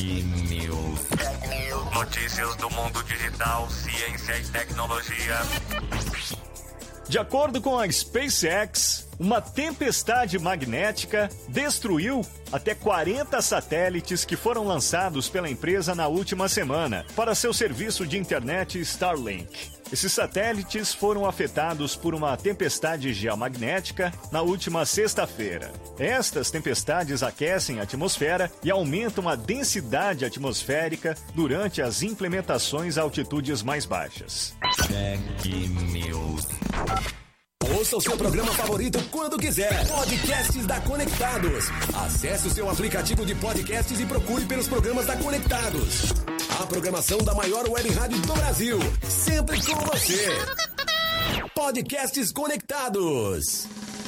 News. Notícias do mundo digital, ciência e tecnologia. De acordo com a SpaceX, uma tempestade magnética destruiu até 40 satélites que foram lançados pela empresa na última semana para seu serviço de internet Starlink. Esses satélites foram afetados por uma tempestade geomagnética na última sexta-feira. Estas tempestades aquecem a atmosfera e aumentam a densidade atmosférica durante as implementações a altitudes mais baixas. Tech News. Ouça o seu programa favorito quando quiser. Podcasts da Conectados. Acesse o seu aplicativo de podcasts e procure pelos programas da Conectados. A programação da maior web rádio do Brasil. Sempre com você. Podcasts Conectados.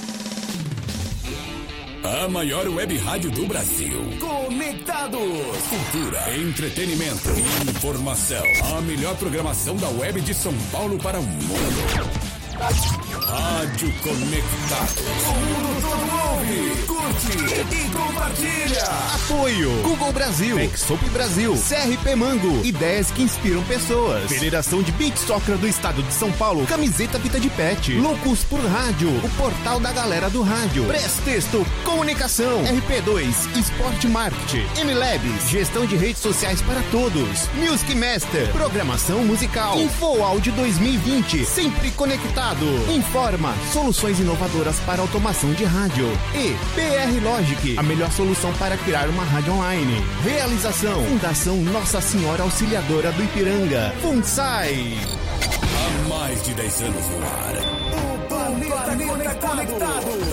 A maior web rádio do Brasil. Conectados. Cultura, entretenimento, informação. A melhor programação da web de São Paulo para o mundo. Rádio Conectados. O mundo todo ouve, curte e compartilha. Apoio Google Brasil, Exop Brasil, CRP Mango, ideias que inspiram pessoas. Federação de Beach Soccer do Estado de São Paulo, camiseta Vita de Pet. Loucos por Rádio, o portal da galera do rádio. Prestexto, comunicação. RP2, Esporte Marketing. MLabs, gestão de redes sociais para todos. Music Master, programação musical. Info Áudio 2020, sempre conectado. Informa, soluções inovadoras para automação de rádio. E PR Logic, a melhor solução para criar uma rádio online. Realização, Fundação Nossa Senhora Auxiliadora do Ipiranga. FUNSAI. Há mais de 10 anos no ar. O planeta conectado.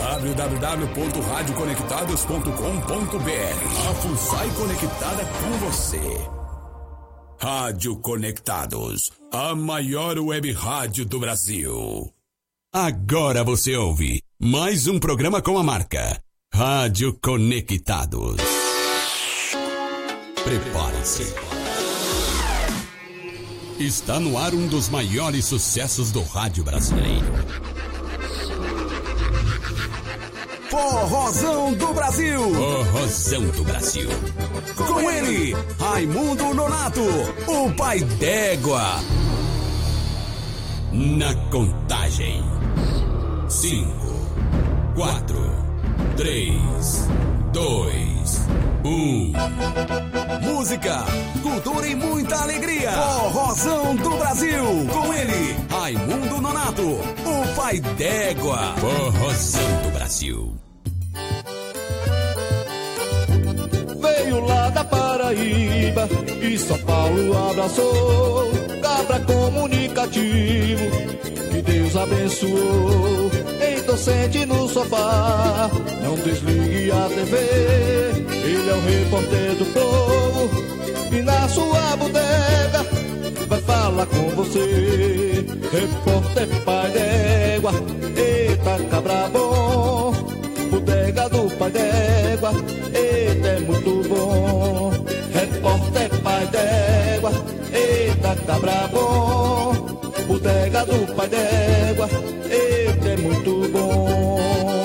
www.radioconectados.com.br. A FUNSAI conectada com você. Rádio Conectados, a maior web rádio do Brasil. Agora você ouve mais um programa com a marca Rádio Conectados. Prepare-se. Está no ar um dos maiores sucessos do rádio brasileiro. Forrozão do Brasil. Forrozão do Brasil. Com ele, Raimundo Nonato, o pai d'égua. Na contagem. 5, 4, 3, 2, 1. Música, cultura e muita alegria. Forrozão do Brasil. Com ele, Raimundo Nonato, o pai d'égua. Forrozão do Brasil. Veio lá da Paraíba e São Paulo abraçou. Cabra comunicativo que Deus abençoou. Então sente no sofá, não desligue a TV. Ele é o repórter do povo e na sua bodega vai falar com você. Repórter pai d'égua, eita cabra bom. Bodega do pai d'égua, eita é muito bom. Repórter pai d'égua, eita cabra bom. Bodega do pai d'égua, eita é muito bom.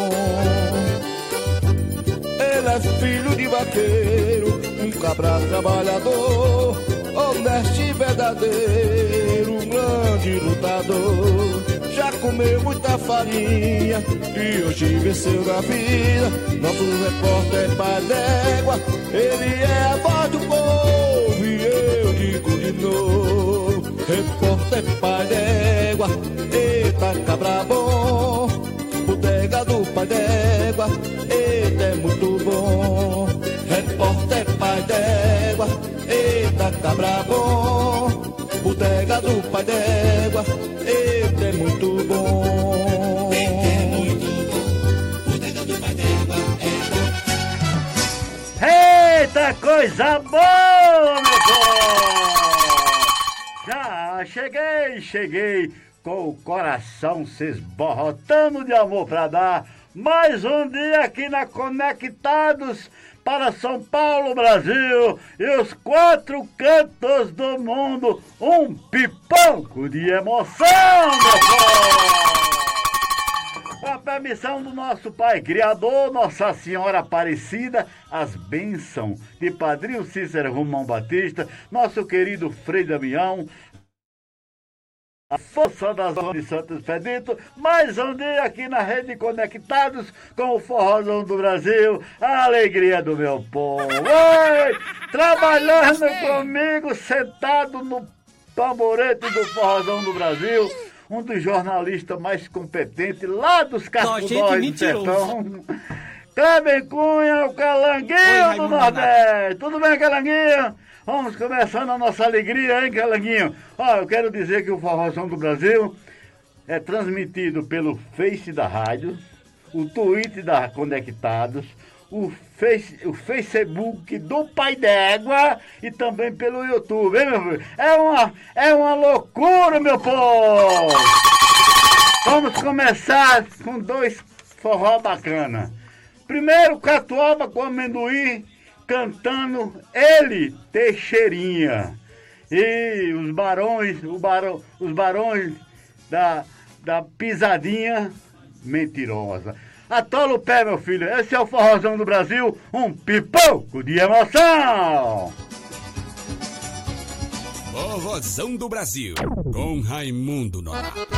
Ele é filho de vaqueiro, um cabra trabalhador, honesto e verdadeiro, um grande lutador. Já comeu muita farinha e hoje venceu na vida. Nosso repórter pai d'égua, ele é a voz do povo e eu digo de novo. Repórter pai d'égua, eita cabra bom. Bodega do pai d'égua, eita é muito bom. Repórter pai d'égua, eita cabra bom. Bodega do pai d'égua, eita é muito bom. Eita é muito bom. Bodega do pai d'égua, eita coisa boa, meu povo! Já cheguei com o coração se esborrotando de amor pra dar. Mais um dia aqui na Conectados para São Paulo, Brasil e os 4 cantos do mundo. Um pipoco de emoção, meu povo! permissão do nosso Pai Criador, Nossa Senhora Aparecida, as bênçãos de Padrinho Cícero Romão Batista, nosso querido Frei Damião, a força das ondas de Santo Expedito, mais um dia aqui na Rede Conectados com o Forrozão do Brasil, a alegria do meu povo. Oi! Trabalhando comigo, sentado no tamborete do Forrozão do Brasil, um dos jornalistas mais competentes lá dos Cascudóis do Sertão. Cleber Cunha, o Calanguinho do Nordeste. Tudo bem, Calanguinho? Vamos começando a nossa alegria, hein, Calanguinho? Ó, eu quero dizer que o Forrozão do Brasil é transmitido pelo Face da Rádio, o Twitter da Conectados, o Facebook do Pai d'Égua e também pelo YouTube, hein, meu filho? É uma loucura, meu povo! Vamos começar com 2 forró bacana. Primeiro, Catuaba com Amendoim, cantando ele, Teixeirinha. E os barões da pisadinha mentirosa. Atola o pé, meu filho. Esse é o Forrozão do Brasil, um pipoco de emoção. Forrozão do Brasil, com Raimundo Nonato.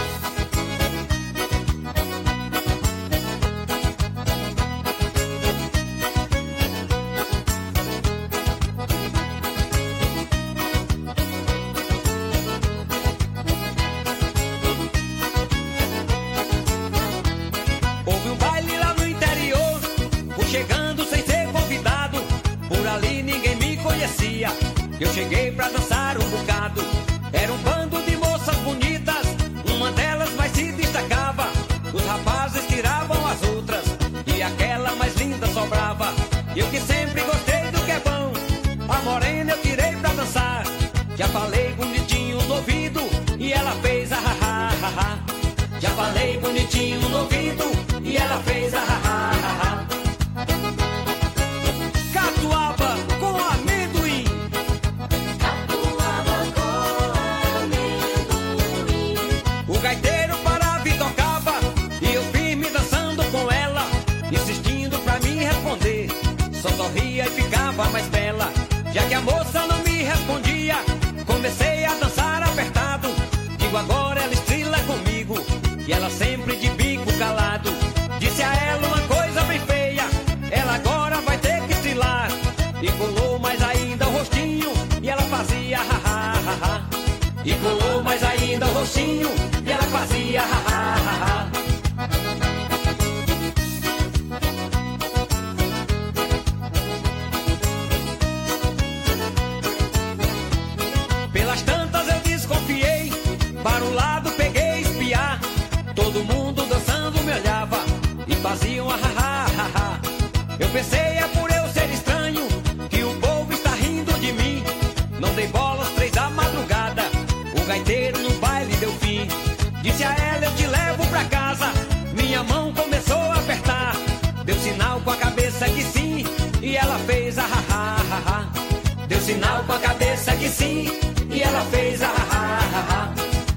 Eu cheguei pra dançar um bocado. Era um bando de moças bonitas, uma delas mais se destacava. Os rapazes tiravam as outras e aquela mais linda sobrava. Eu que sempre gostei do que é bom, a morena eu tirei pra dançar. Já falei bonitinho no ouvido e ela fez a ha ha ha ha. Já falei bonitinho no ouvido e ela fez a ha ha ha ha. Catuaba com amendoim. O gaiteiro parava e tocava e eu firme dançando com ela, insistindo pra me responder. Só sorria e ficava mais bela. Já que a moça não me respondia, comecei a dançar apertado. Digo agora ela estrila comigo e ela sempre de bico calado. Disse a ela uma coisa bem feia, ela agora vai ter que estrilar. E colou mais ainda o rostinho e ela fazia ha ha ha ha. E colou mais ainda o rostinho e ela fazia ha ha ha ha. Pelas tantas eu desconfiei, para o lado peguei espiar. Todo mundo dançando me olhava e faziam ha ha ha ha. Eu pensei é por eu ser estranho que o povo está rindo de mim. Não dei bola às 3 da madrugada, o gaiteiro no baile deu fim. Disse a ela eu te levo pra casa, minha mão começou a apertar. Deu sinal com a cabeça que sim e ela fez a ha ha ha ha. Deu sinal com a cabeça que sim e ela fez a ha ha ha ha.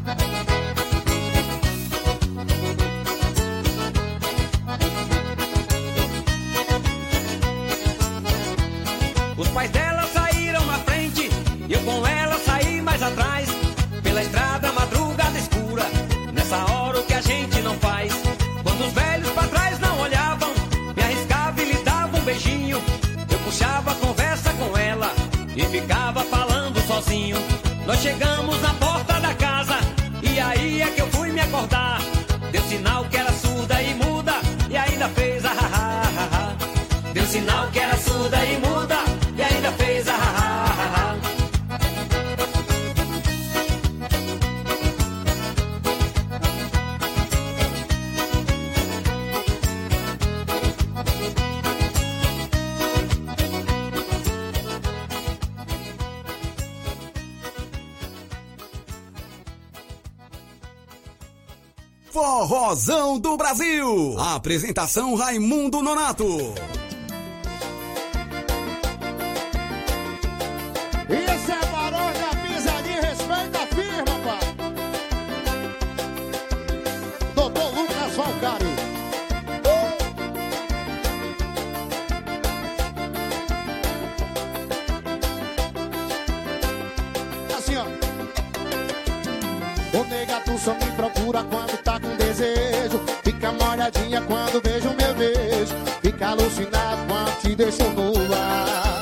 Os pais dela saíram na frente, eu com ela saí mais atrás. Pela estrada, madrugada escura, nessa hora o que a gente não faz. Quando os velhos pra trás não olhavam, me arriscava e lhe dava um beijinho. Eu puxava a conversa com ela e ficava falando sozinho. Nós chegamos na porta da casa e aí é que eu fui me acordar. Deu sinal que era surda e muda e ainda fez a ha ha ha ha. Deu sinal que era surda e muda e ainda fez a ha ha ha ha. Forrozão do Brasil. Apresentação Raimundo Nonato. Isso é Barões da Pisadinha, respeita a firma, pai. Doutor Lucas Valcari. Assim, ó. Ô nega, tu só me procura quando tá com desejo. Fica molhadinha quando vejo o meu beijo. Fica alucinado quando te deixo no ar.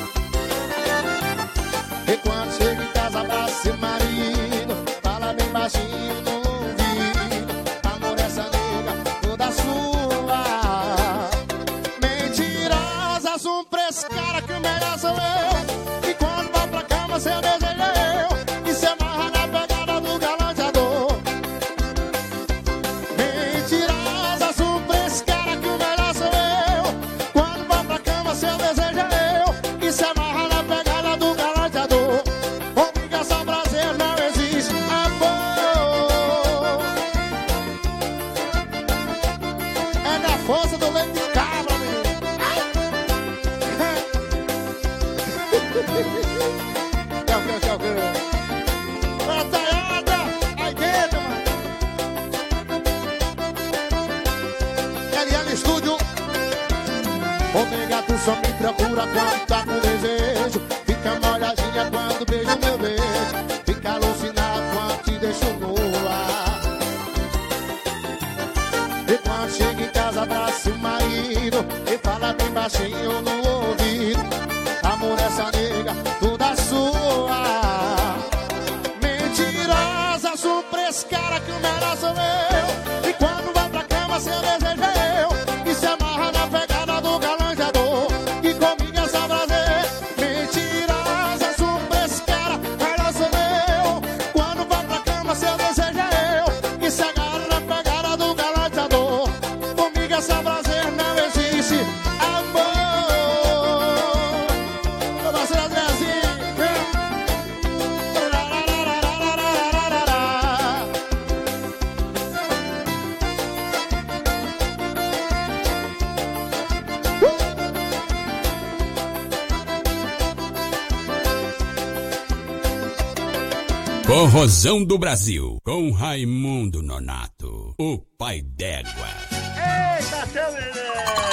E quando chega em casa, abraça seu marido. Fala bem baixinho no ouvido. Amor, essa nega toda sua. Mentirosa, surpresa, cara, que o melhor sou eu. E quando vai pra cama, seu desejo é eu. E cê amarra na pegada do galanteador. Mentirosa, surpresa, cara, que o melhor sou eu. Quando vai pra cama, seu desejo é eu. E cê amarra na pegada do galanteador. Comigo é só prazer, não existe amor. É na força do leite de cabra, menino. Tchau. Batalhada, aí dentro, mano. LL Estúdio. Ô nega, tu só me procura quando tá com desejo. Fica molhadinha quando beijo meu beijo. Fica alucinado quando te deixo no ar. E quando chega em casa, abraça o marido. E fala bem baixinho no ouvido. Amor, essa nega toda sua. Mentirosa, surpresa, cara, que o melhor sou eu. E quando vai pra cama, seu desejo é eu. E se amarra na pegada do galanteador. E comigo é só prazer. Mentirosa, surpresa, cara, melhor sou eu. Quando vai pra cama, seu desejo é eu. E se agarra na pegada do galanteador. Comigo é só prazer, não existe amor. Corrosão do Brasil, com Raimundo Nonato, o pai d'égua. Eita, seu menino!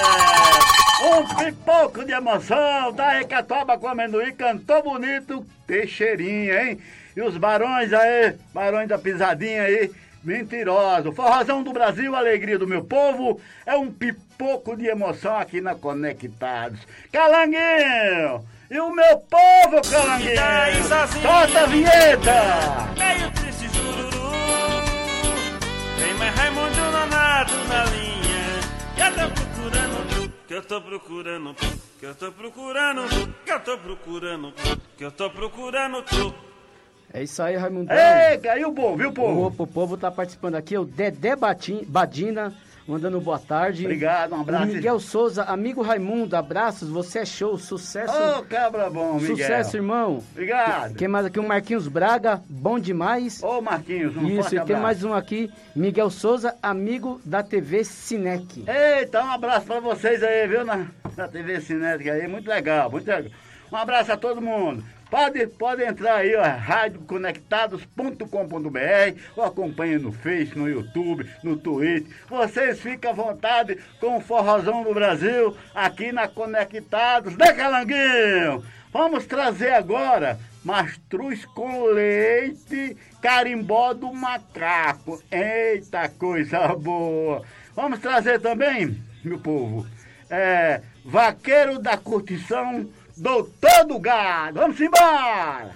Um pipoco de emoção da Hecatomba com amendoim, cantou bonito, Teixeirinha, hein? E os barões aí, barões da pisadinha aí, mentiroso. Forrozão do Brasil, alegria do meu povo, é um pipoco de emoção aqui na Conectados. Calanguinho! E o meu povo, Calanguinho! Solta a vinheta! Meio triste jururu, tem mais Raimundo Nonato na linha. Eu tô procurando tu, que eu tô procurando tu, que eu tô procurando tu, que eu tô procurando tu, que eu tô procurando tu. É isso aí, Raimundão. Ei, caiu o povo, viu, povo? O povo tá participando aqui, o Dedé Badina, mandando boa tarde. Obrigado, um abraço. O Miguel Souza, amigo Raimundo, abraços, você é show, sucesso. Ô, cabra bom, Miguel. Sucesso, irmão. Obrigado. Quem mais aqui? O Marquinhos Braga, bom demais. Ô, Marquinhos, um Isso, forte e tem abraço. mais um aqui, Miguel Souza, amigo da TV Cinec. Eita, um abraço pra vocês aí, viu, na TV Cinética aí, muito legal, muito legal. Um abraço a todo mundo. Pode entrar aí, ó, radioconectados.com.br ou acompanhe no Face, no YouTube, no Twitter. Vocês ficam à vontade com o Forrozão do Brasil aqui na Conectados, né, Calanguinho? Vamos trazer agora mastruz com leite, carimbó do macaco. Eita, coisa boa! Vamos trazer também, meu povo, vaqueiro da curtição, Doutor do Gado. Vamos embora!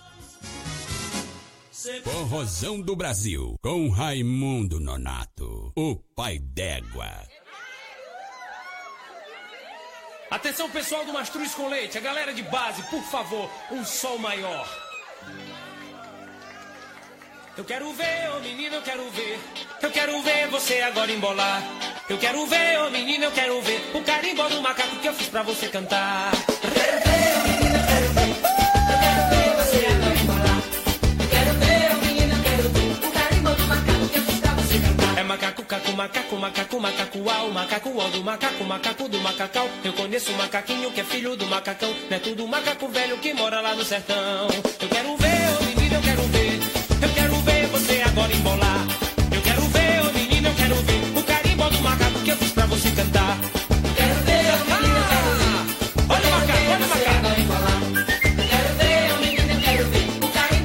Corrosão do Brasil, com Raimundo Nonato, o pai d'égua. Atenção, pessoal do Mastruz com Leite, a galera de base, por favor, um sol maior. Eu quero ver, ô menino, eu quero ver você agora embolar. Eu quero ver, ô menino, eu quero ver o carimbó do macaco que eu fiz pra você cantar. Eu quero ver, ô menino, eu quero ver você agora embolar. Eu quero ver, ô menino, eu quero ver o carimbó do macaco que eu fiz pra você cantar. É macaco, caco, macaco, macaco, macacuau, macacuau do macaco, macaco do macacau. Eu conheço um macaquinho que é filho do macacão, neto do macaco velho que mora lá no sertão. Eu quero ver, ô menino, eu quero ver você agora embolar. Eu quero ver, ô menino, eu quero ver o carimbó do macaco que eu fiz pra você cantar. Quero ver, ô menino, eu quero ver. Olha o macaco, olha o macaco. Quero ver, ô menino, eu quero ver o carimbó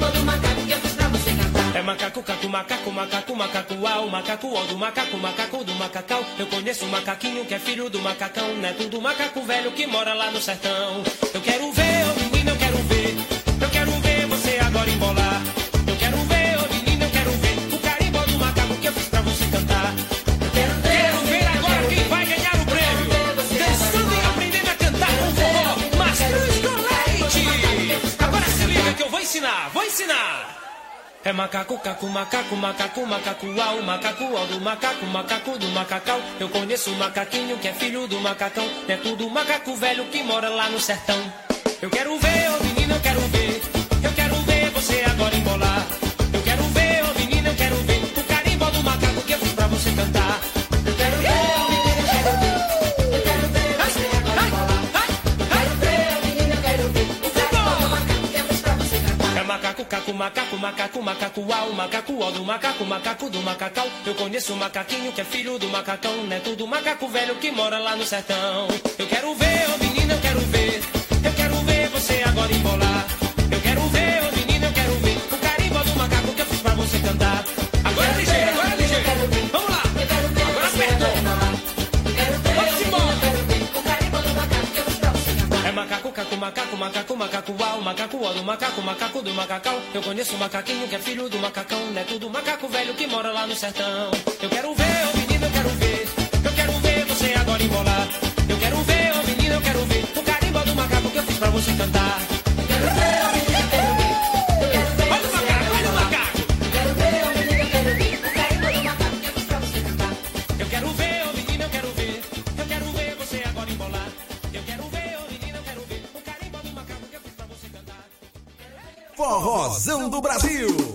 macaco, macaco, macacuá, o macaco ó do macaco, macaco do macacão. Eu conheço um macaquinho que é filho do macacão, neto do macaco velho que mora lá no sertão. Eu quero ver, ô menino, eu quero ver. Eu quero ver você agora embolar. Eu quero ver, ô menino, eu quero ver o carimbó do macaco que eu fiz pra você cantar. Eu quero ver agora quem vai ganhar o prêmio. Dançando e aprendendo a cantar com forró, mas cruz com leite. Agora se liga que eu vou ensinar, vou ensinar. É macaco, cacu, macaco, macaco, macacuá, o macaco ó do macaco, macaco do macacão. Eu conheço um macaquinho que é filho do macacão, neto do macaco velho que mora lá no sertão. Eu quero ver, ô menino, eu quero ver. Eu quero ver você agora embolar. Eu quero ver, ô menino, eu quero ver o carimbó do macaco que eu fiz pra você cantar. Eu quero ver, ô menino, eu quero ver. Eu quero ver você agora embolar. Eu quero ver, ô menino, eu quero ver o carimbó do macaco que eu fiz pra você cantar. É macaco, cacu, macaco, macaco, macacuá, o macaco ó do macaco, macaco do macacão. Eu conheço um macaquinho que é filho do macacão, neto do macaco velho que mora lá no sertão. Eu quero ver, ô menino, eu quero ver. Eu quero ver você agora embolar. Eu quero ver, ô menino, eu quero ver o carimbó do macaco que eu fiz pra você cantar. Agora é ligeiro, agora é ligeiro. Vamos lá, agora apertou. Vamos embora. O carimbó do macaco que eu fiz pra você cantar. É macaco, cacu, macaco, macaco, macacuá, o macaco ó do macaco, macaco do macacão. Eu conheço um macaquinho que é filho do macacão, neto do macaco velho que mora lá no sertão. Eu quero ver, ô menino, eu quero ver. Eu quero ver você agora embolar. Eu quero ver, ô menino, eu quero ver o carimbó do macaco que eu fiz pra você cantar. Eu quero ver, ô menino, eu quero ver. Olha o macaco, olha o macaco. Eu quero ver, ô menino, eu quero ver o carimbó do macaco que eu fiz pra você cantar. Eu quero ver, ô menino, eu quero ver. Eu quero ver você agora embolar. Eu quero ver, ô menino, eu quero ver o carimbó do macaco que eu fiz pra você cantar. Forrozão do Brasil.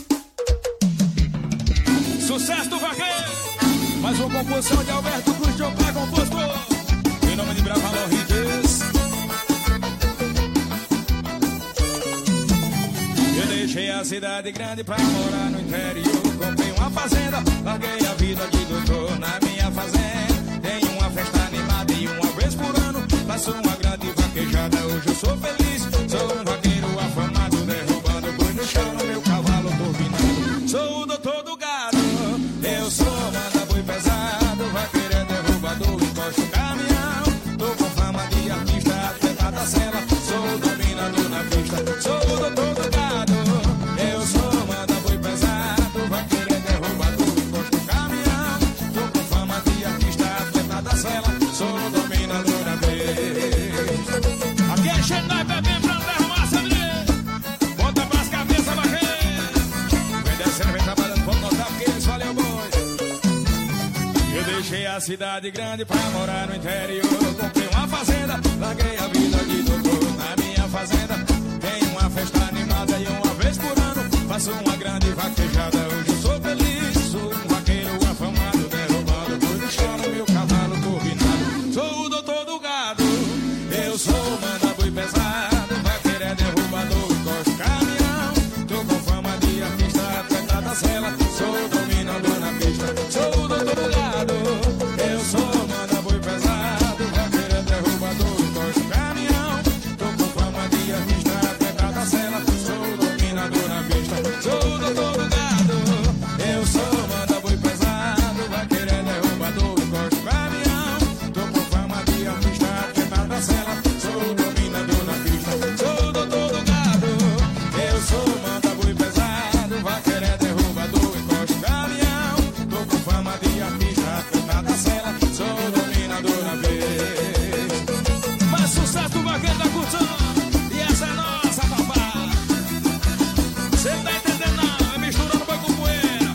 Sucesso do vaqueiro. Mais uma composição de Alberto Cruz de Opa, compostor. Em nome de Brava Lorrides. Eu deixei a cidade grande pra morar no interior. Comprei uma fazenda, larguei a vida de doutor na minha fazenda. Tenho uma festa animada e uma vez por ano faço uma grande vaquejada. Hoje eu sou feliz, sou um vaqueiro afamado, derrubando boi no chão no meu cavalo turbinado. Sou o doutor do gado, eu sou manda boi pesado, vaqueiro é derrubador, encosto o caminhão. Tô com fama de artista, atleta da cela, sou o dominador na pista. Sou o doutor do gado, eu sou manda boi pesado, vaqueiro é derrubador, encosto o caminhão. Tô com fama de artista, atleta da cela, sou o dominador na pista. Aqui é cheio de nós bebendo pra derrubar essa mulher. Bota pras cabeças, vaqueiro. Vem descendo, vem trabalhando, vamos notar porque eles valeu boi. Eu deixei a cidade grande pra morar no interior. Comprei uma fazenda, larguei a vida de doutor na minha fazenda. Tenho uma festa animada e uma vez por ano faço uma grande vaquejada. Hoje eu sou feliz, sou um vaqueiro afamado, derrubando boi no chão no meu cavalo turbinado. Sou o doutor do gado, eu sou manda boi pesado, vaqueiro é derrubador, encosto caminhão. Tô com fama de artista, atleta da cela, sou o dominador na pista. Sou o doutor do gado, eu sou manda boi pesado, vaqueiro é derrubador, encosto caminhão. Tô com fama de artista, atleta da cela, sou o dominador na pista. Sou o doutor do gado, eu sou manda boi pesado, vaqueiro é derrubador, encosto caminhão. Tô com fama de artista, atleta da cela, sou o dominador na pista. Sou o doutor do gado, eu sou manda boi pesado, vaqueiro é derrubador, encosto caminhão. Tô com fama de artista, atleta da cela, sou o dominador na pista. Mais sucesso do vaqueiro da curtição. E essa é nossa, papá. Cê tá entendendo não, é misturando boi com poeira.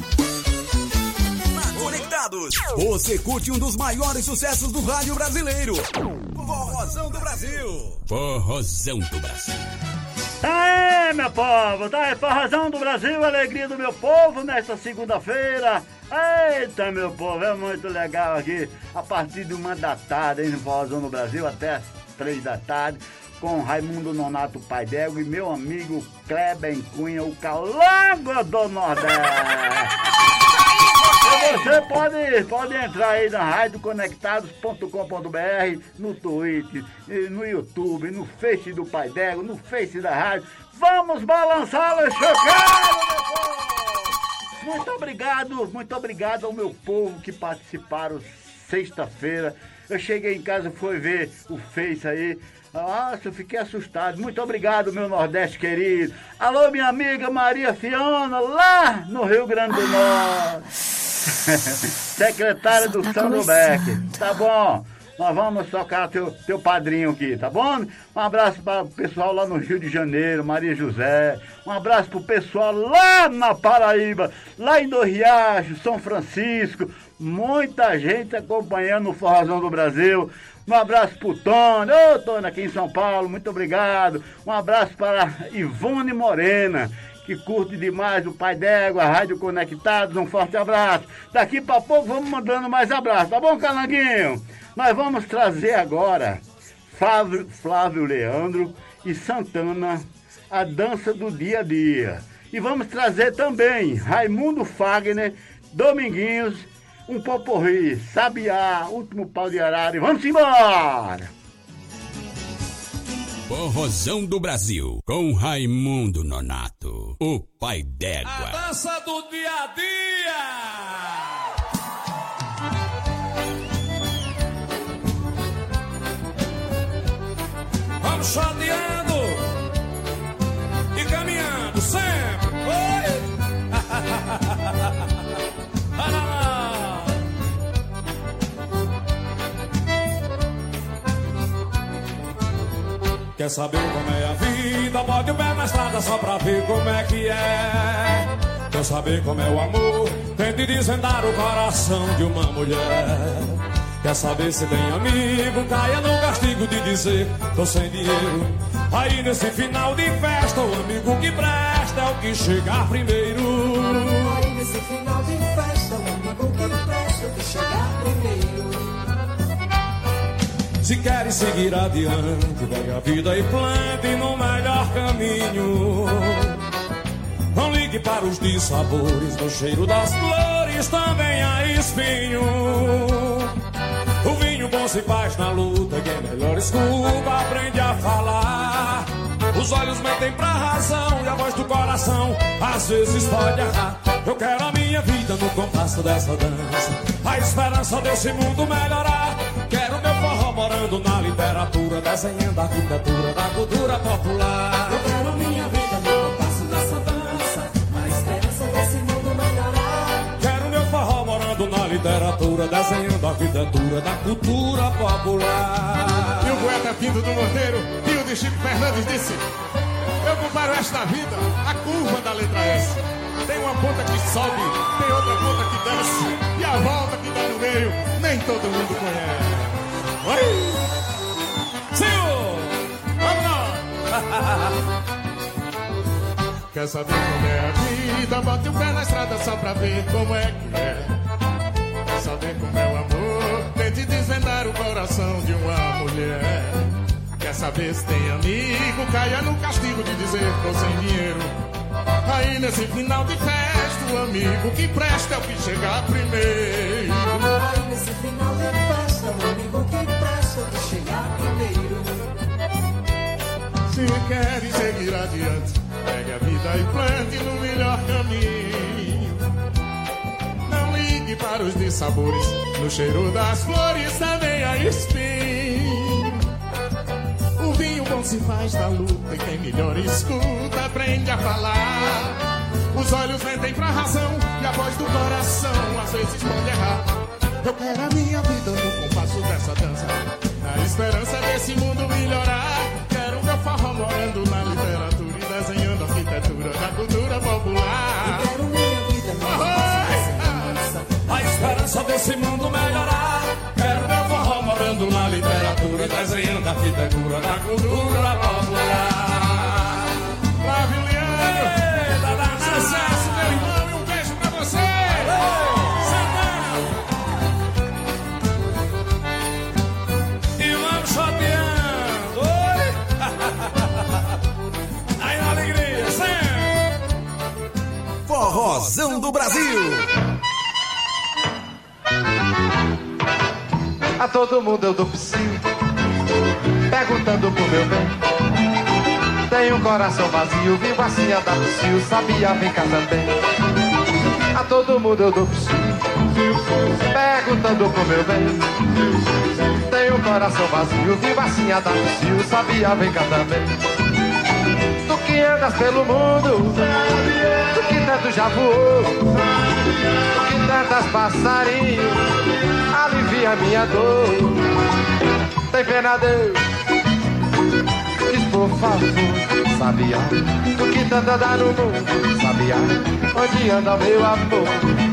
Conectados. Você curte um dos maiores sucessos do rádio brasileiro. Forrozão do Brasil. Forrozão do Brasil. Tá aí, meu povo, tá aí, Forrozão do Brasil, alegria do meu povo nesta segunda-feira. Eita, meu povo, é muito legal aqui, a partir de 1 da tarde, aí no Forrozão do Brasil, até as 3 da tarde, com Raimundo Nonato Pai d'Égua e meu amigo Kleber Cunha, o Calango do Nordeste. E você pode entrar aí na radioconectados.com.br, no Twitter, no YouTube, no Face do Pai d'Égua, no Face da rádio. Vamos balançar o chocado, meu povo! Muito obrigado ao meu povo que participaram sexta-feira. Eu cheguei em casa, fui ver o Face aí. Nossa, eu fiquei assustado. Muito obrigado, meu Nordeste querido. Alô, minha amiga Maria Fiona, lá no Rio Grande do Norte. Secretária do Sandro Becker. Tá bom. Nós vamos tocar teu padrinho aqui, tá bom? Um abraço para o pessoal lá no Rio de Janeiro, Maria José. Um abraço para o pessoal lá na Paraíba, lá em Do Riacho, São Francisco. Muita gente acompanhando o Forrozão do Brasil. Um abraço pro Tony. Ô, Tony, aqui em São Paulo, muito obrigado. Um abraço para Ivone Morena, que curte demais o Pai d'Égua, a Rádio Conectados. Um forte abraço. Daqui para pouco vamos mandando mais abraços, tá bom, Calanguinho? Nós vamos trazer agora Flávio Leandro e Santana, a dança do dia a dia. E vamos trazer também Raimundo Fagner, Dominguinhos, um poporri, Sabiá, Último Pau de Arara. E vamos embora! Forrozão do Brasil, com Raimundo Nonato, o Pai d'Égua. A dança do dia a dia! Vamos chateando e caminhando sempre. Oi! Quer saber como é a vida? Bote o pé na estrada só pra ver como é que é. Quer saber como é o amor? Tente desvendar o coração de uma mulher. Quer saber se tem amigo? Caia no castigo de dizer tô sem dinheiro. Aí nesse final de festa o amigo que presta é o que chegar primeiro. Aí nesse final de festa o amigo que presta é o que chegar primeiro. Se queres seguir adiante, pegue a vida e plante no melhor caminho. Não ligue para os dissabores, no cheiro das flores também há espinho. O vinho bom se faz na luta, quem melhor escuta aprende a falar. Os olhos mentem pra razão e a voz do coração às vezes pode errar. Eu quero a minha vida no compasso dessa dança, a esperança desse mundo melhorar. Quero meu forró morando na literatura, desenhando a arquitetura da cultura popular. Eu quero a minha vida no compasso dessa dança, a esperança desse mundo melhorar. Quero meu forró morando na literatura, desenhando a arquitetura da cultura popular. E o poeta Pinto do Monteiro, tio de Chico Fernandes, disse: eu comparo esta vida à curva da letra S. Tem uma ponta que sobe, tem outra ponta que desce, e a volta que dá no meio, nem todo mundo conhece. Oi! Senhor! Vamos lá! Quer saber como é a vida? Bote o pé na estrada só pra ver como é que é. Quer saber como é o amor? Tente desvendar o coração de uma mulher. Quer saber se tem amigo? Caia no castigo de dizer tô sem dinheiro. Aí nesse final de festa o amigo que presta é o que chegar primeiro. Aí nesse final de festa o amigo que presta é o que chegar primeiro. Se queres seguir adiante, pegue a vida e plante no melhor caminho. Não ligue para os dissabores, no cheiro das flores também há espinho. O vinho bom se faz na luta e quem melhor escuta aprende a falar. Os olhos mentem pra razão e a voz do coração às vezes pode errar. Eu quero a minha vida no compasso dessa dança, a esperança desse mundo melhorar. Quero meu forró morando na literatura e desenhando a arquitetura da cultura popular. Eu quero minha vida no compasso dessa dança, a esperança desse mundo melhorar. Quero meu forró morando na literatura, desenhando a arquitetura da cultura popular. Flávio Leandro, sucesso, meu irmão, e um beijo pra você. E vamos chateando. Oi! Aí na alegria, sempre. Forrozão do Brasil. A todo mundo eu dou psiu, perguntando pro meu bem. Tenho um coração vazio, vivo assim a dar psiu, sabia, vem cá também. A A todo mundo eu dou psiu, perguntando pro meu bem. Tenho um coração vazio, vivo assim a dar psiu, sabia, vem cá também. Tu que andas pelo mundo, tu que tanto já voou, tu que tantas passarinhos, alivia minha dor. Tem pena Deus, diz por favor, sabia, tu que tanto anda no mundo, sabia, onde anda meu amor.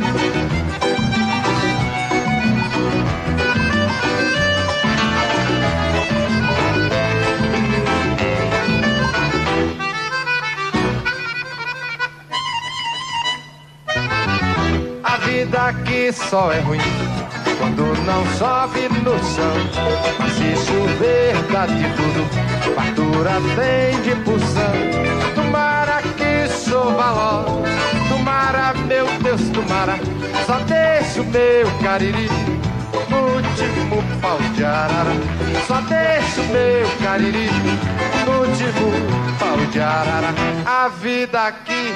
A vida aqui só é ruim quando não chove no chão. Mas se chover dá de tudo, fartura tem de pulsão. Tomara que chova logo, tomara, meu Deus, tomara. Só deixa o meu cariri no último pau de arara. Só deixa o meu cariri no último pau de arara. A vida aqui,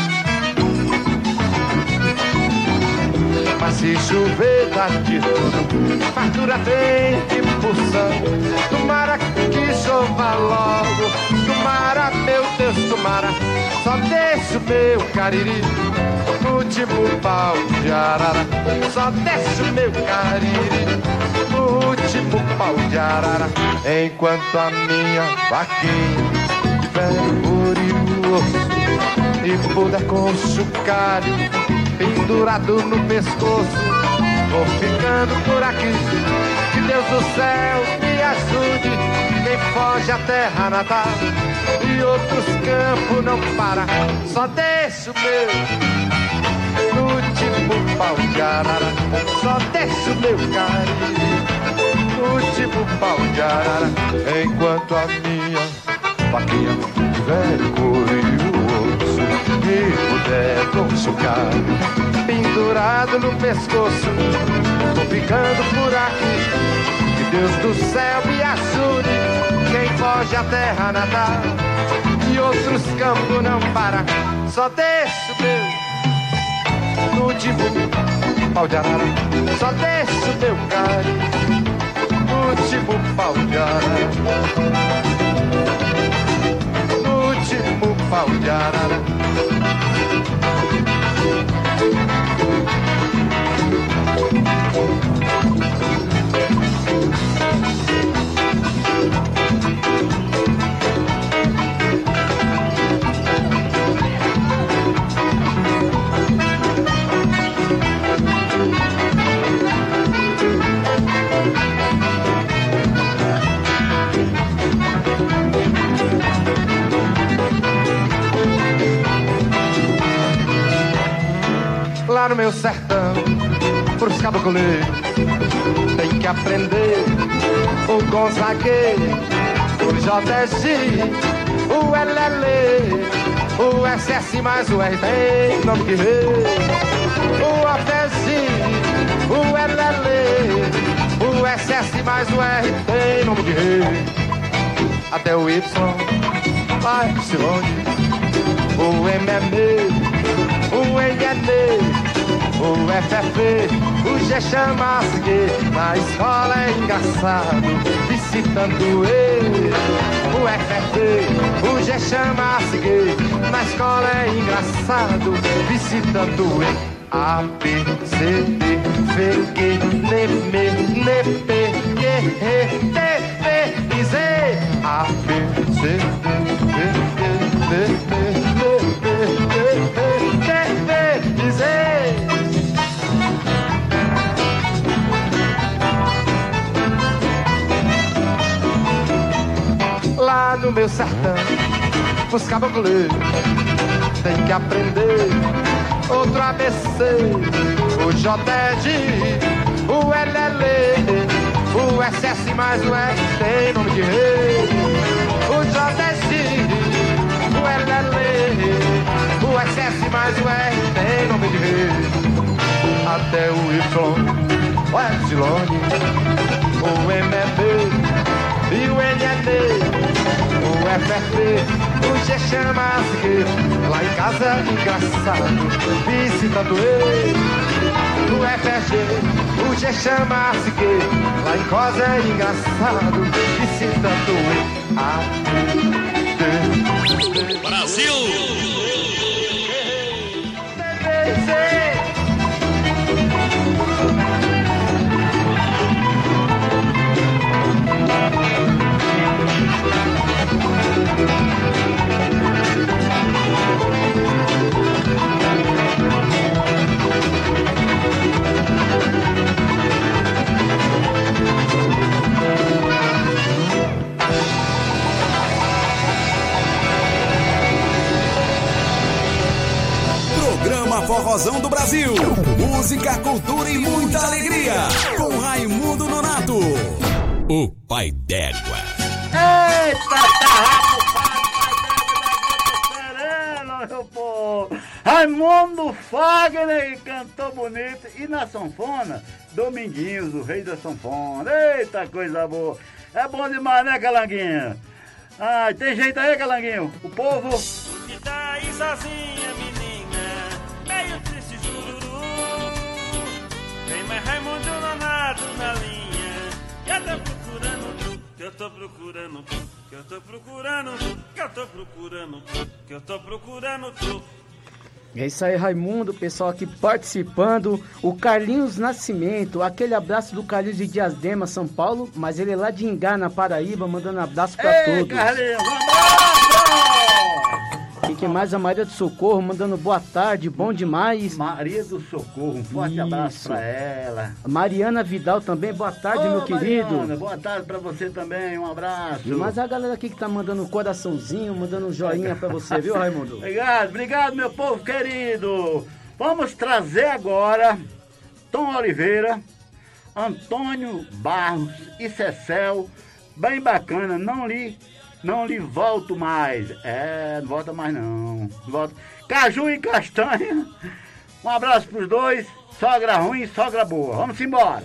mas se chover dá de tudo, fartura tem de pulsão. Tomara que chova logo, tomara, meu Deus, tomara. Só deixa o meu cariri no último pau de arara. Só deixa o meu cariri no último pau de arara. Enquanto a minha vaquinha tiver o osso e puder com o chocalho pendurado no pescoço, vou ficando por aqui. Que Deus do céu me ajude. Quem foge à terra natal e outros campos não para. Só deixa o meu no último pau de arara. Só deixa o meu cariri no último pau de arara. Enquanto a minha vaquinha tiver couro e o osso e puder com chocalho pendurado no pescoço, vou ficando por aqui. Que Deus do céu me ajude. Quem foge à terra natal e outros campos não para. Só deixa o meu no último pau de arara. Só deixa o meu carinho no último pau de arara. No último pau de arara. Lá no meu sertão, pros cabocoleiros, tem que aprender o Gonzagueiro, o JG, o LL, o SS mais o R tem nome que rei. O APG, o LL, o SS mais o R tem nome de rei. Até o Y, a Y, o MM, o EN, o FF, o G chama-se G. Na escola é engraçado, visitando ele. O FF, o G chama-se G. Na escola é engraçado, visitando ele. A, B, C, D, F, G, N, M, N, P, Q, R, T, V e Z. A, B, C, D, F, G, N, M, N, P, Q, R, T, V e Z. Lá no meu sertão, os cabocoleiros tem que aprender outro ABC, o JG, o LL, o SS mais o F tem nome de rei. O JG, o LL, o SS mais o R tem nome de rei. Até o Y, o Epsilon, o MB e o ND, o FF, o G chama-se. Lá em casa casa engraçado, visitando ele. No FG, o dia chama-se que lá em casa é engraçado, visitando ele. Brasil! Programa Forrozão do Brasil. Música, cultura e muita alegria. Com Raimundo Nonato, o pai d'égua. Eita, tarraco, meu povo. Raimundo Fagner cantou bonito. E na sanfona, Dominguinhos, o rei da sanfona. Eita, coisa boa. É bom demais, né, Calanguinho? Ai, tem jeito aí, Calanguinho? O povo... Que tá aí sozinha, menina, meio triste, jururu. Tem mais Raimundo Nonato na linha. Eu tô procurando tu, que eu tô procurando tu, que eu tô procurando tu, que eu tô procurando tu, que eu tô procurando tu. É isso aí, Raimundo, pessoal aqui participando. O Carlinhos Nascimento, aquele abraço do Carlinhos de Diadema, São Paulo, mas ele é lá de Ingá, na Paraíba, mandando abraço pra todos. Carlinhos, um abraço! E quem mais? A Maria do Socorro, mandando boa tarde, bom demais. Maria do Socorro, um forte abraço pra ela. Mariana Vidal também, boa tarde, meu querido. Mariana, boa tarde pra você também, um abraço. E mais a galera aqui que tá mandando um coraçãozinho, mandando um joinha pra você, viu, Raimundo? Obrigado, meu povo querido. Vamos trazer agora Tom Oliveira, Antônio Barros e Cecel, bem bacana, não lhe volto mais. Não volta mais não. Volta. Caju e castanha. Um abraço pros dois. Sogra ruim e sogra boa. Vamos embora.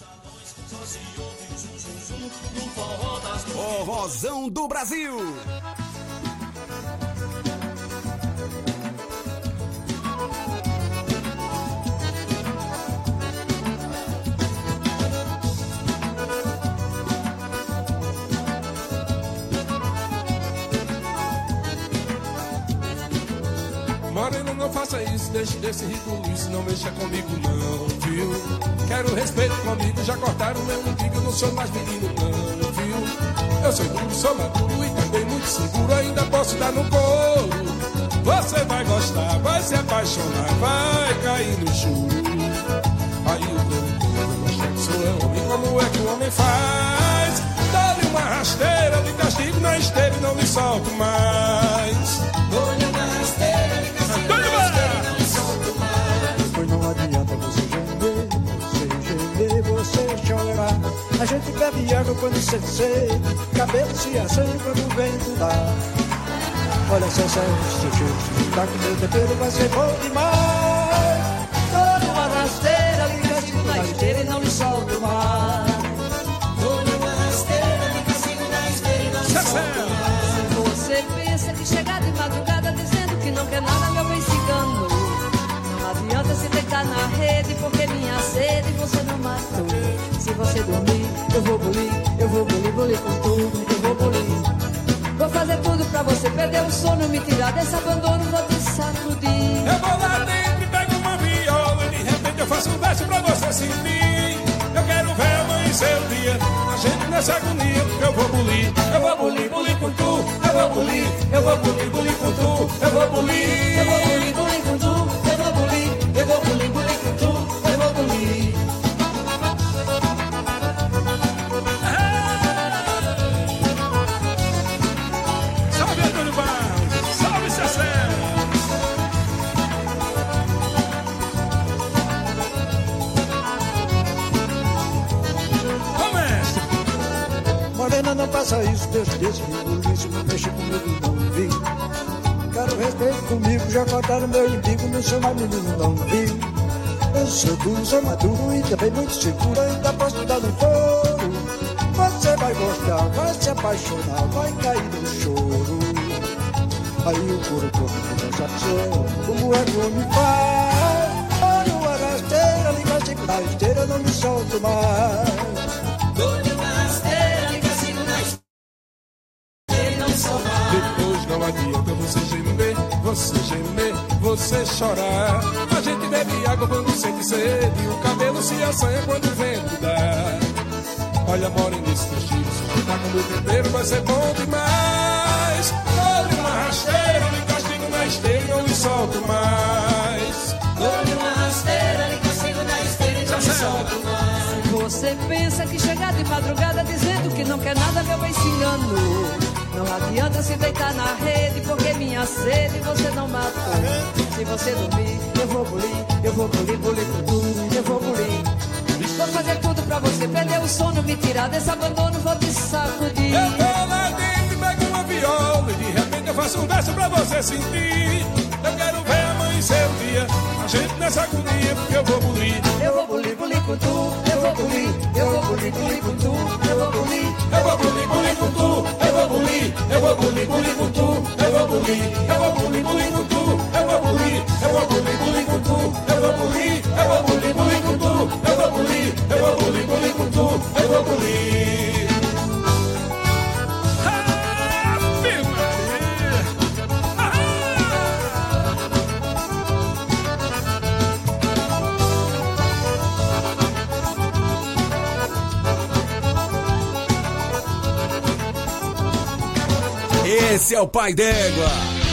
Forrozão do Brasil. Morena, não faça isso, deixe desse ridículo, isso não mexa comigo não, viu? Quero respeito comigo, já cortaram meu umbigo, não sou mais menino não, viu? Eu sou duro, sou maduro e também muito seguro, ainda posso dar no couro. Você vai gostar, vai se apaixonar, vai cair no choro. Aí o doido, mostra que sou homem, como é que o homem faz? Dá-lhe uma rasteira, lhe castigo na esteira e não lhe solto mais. Dou-lhe uma rasteira, lhe castigo na esteira e não lhe solto mais. Pois não adianta você gemer, você chorar. A gente bebe água quando se sede, cabelo se acende quando o vento dá. Olha só, se tá com meu tempero vai ser bom demais. Dou-lhe uma rasteira, lhe castigo na esteira e não lhe solto mais. Dou-lhe uma rasteira, lhe castigo na esteira e não lhe solto mais. Você pensa que chegar de madrugada dizendo que não quer nada, meu bem cigano. Não adianta se deitar na rede, porque minha sede você não matou. Se você dormir, eu vou bulir com tudo, eu vou bulir. Vou fazer tudo pra você perder o sono, me tirar desse abandono, vou te sacudir. Eu vou lá dentro e pego uma viola e de repente eu faço um verso pra você sentir. Eu quero ver amanhecer o dia, a gente nessa agonia, eu vou bulir com tu. Eu vou bulir com tu. Eu vou bulir com tu. Eu vou bulir com tu. Eu vou bulir. Salve Antônio Barros, salve Cecel. Morena, não faça isso, deixa desse rebuliço, não mexa comigo não, viu? Quero respeito comigo, já cortaram meu umbigo, não sou mais menino não, viu? Eu sou duro, sou maduro e também muito seguro, ainda posso dar no couro. Você vai gostar, vai se apaixonar, vai cair no choro. Aí o couro corre da chateira, como é que me faz? Olha uma rasteira, liga assim na esteira, não me solto mais. Olha uma rasteira, liga assim na esteira e não solto mais. Depois não adianta você gemer, você chorar. A gente bebe água quando sente sede, o cabelo se assanha quando o vento dá. Olha, more nesse tecido, se tá com o meu tempero vai ser bom demais. Olha uma rasteira, me castigo na esteira e não me solto mais. Olha uma rasteira, me castigo na esteira e não me solto mais. Você pensa que chegar de madrugada dizendo que não quer nada, meu bem, se enganou. Não adianta se deitar na rede, porque minha sede você não matou. Se você dormir, eu vou bulir, eu vou bulir, bulir tudo, eu vou bulir. Vou fazer tudo pra você perder o sono, me tirar desse abandono, vou te sacudir. Eu tô lá dentro, pego uma viola e de repente eu faço um verso pra você sentir. Eu quero ver amanhecer o dia, a gente nessa agonia, porque eu vou bulir. Eu vou bulir, bulir com tu, eu vou bulir, eu vou bulir, bulir com tu, eu vou bulir. Eu vou bulir, bulir com tu, eu vou bulir, eu vou bulir, bulir com tu, eu vou bulir, eu vou bulir, bulir com tu, eu vou bulir, eu vou bulir, bulir com tu, eu vou bulir, eu vou bulir, bulir com tu, eu vou bulir, eu vou bulir, bulir com tu, eu vou bulir. Esse é o Pai d'Égua.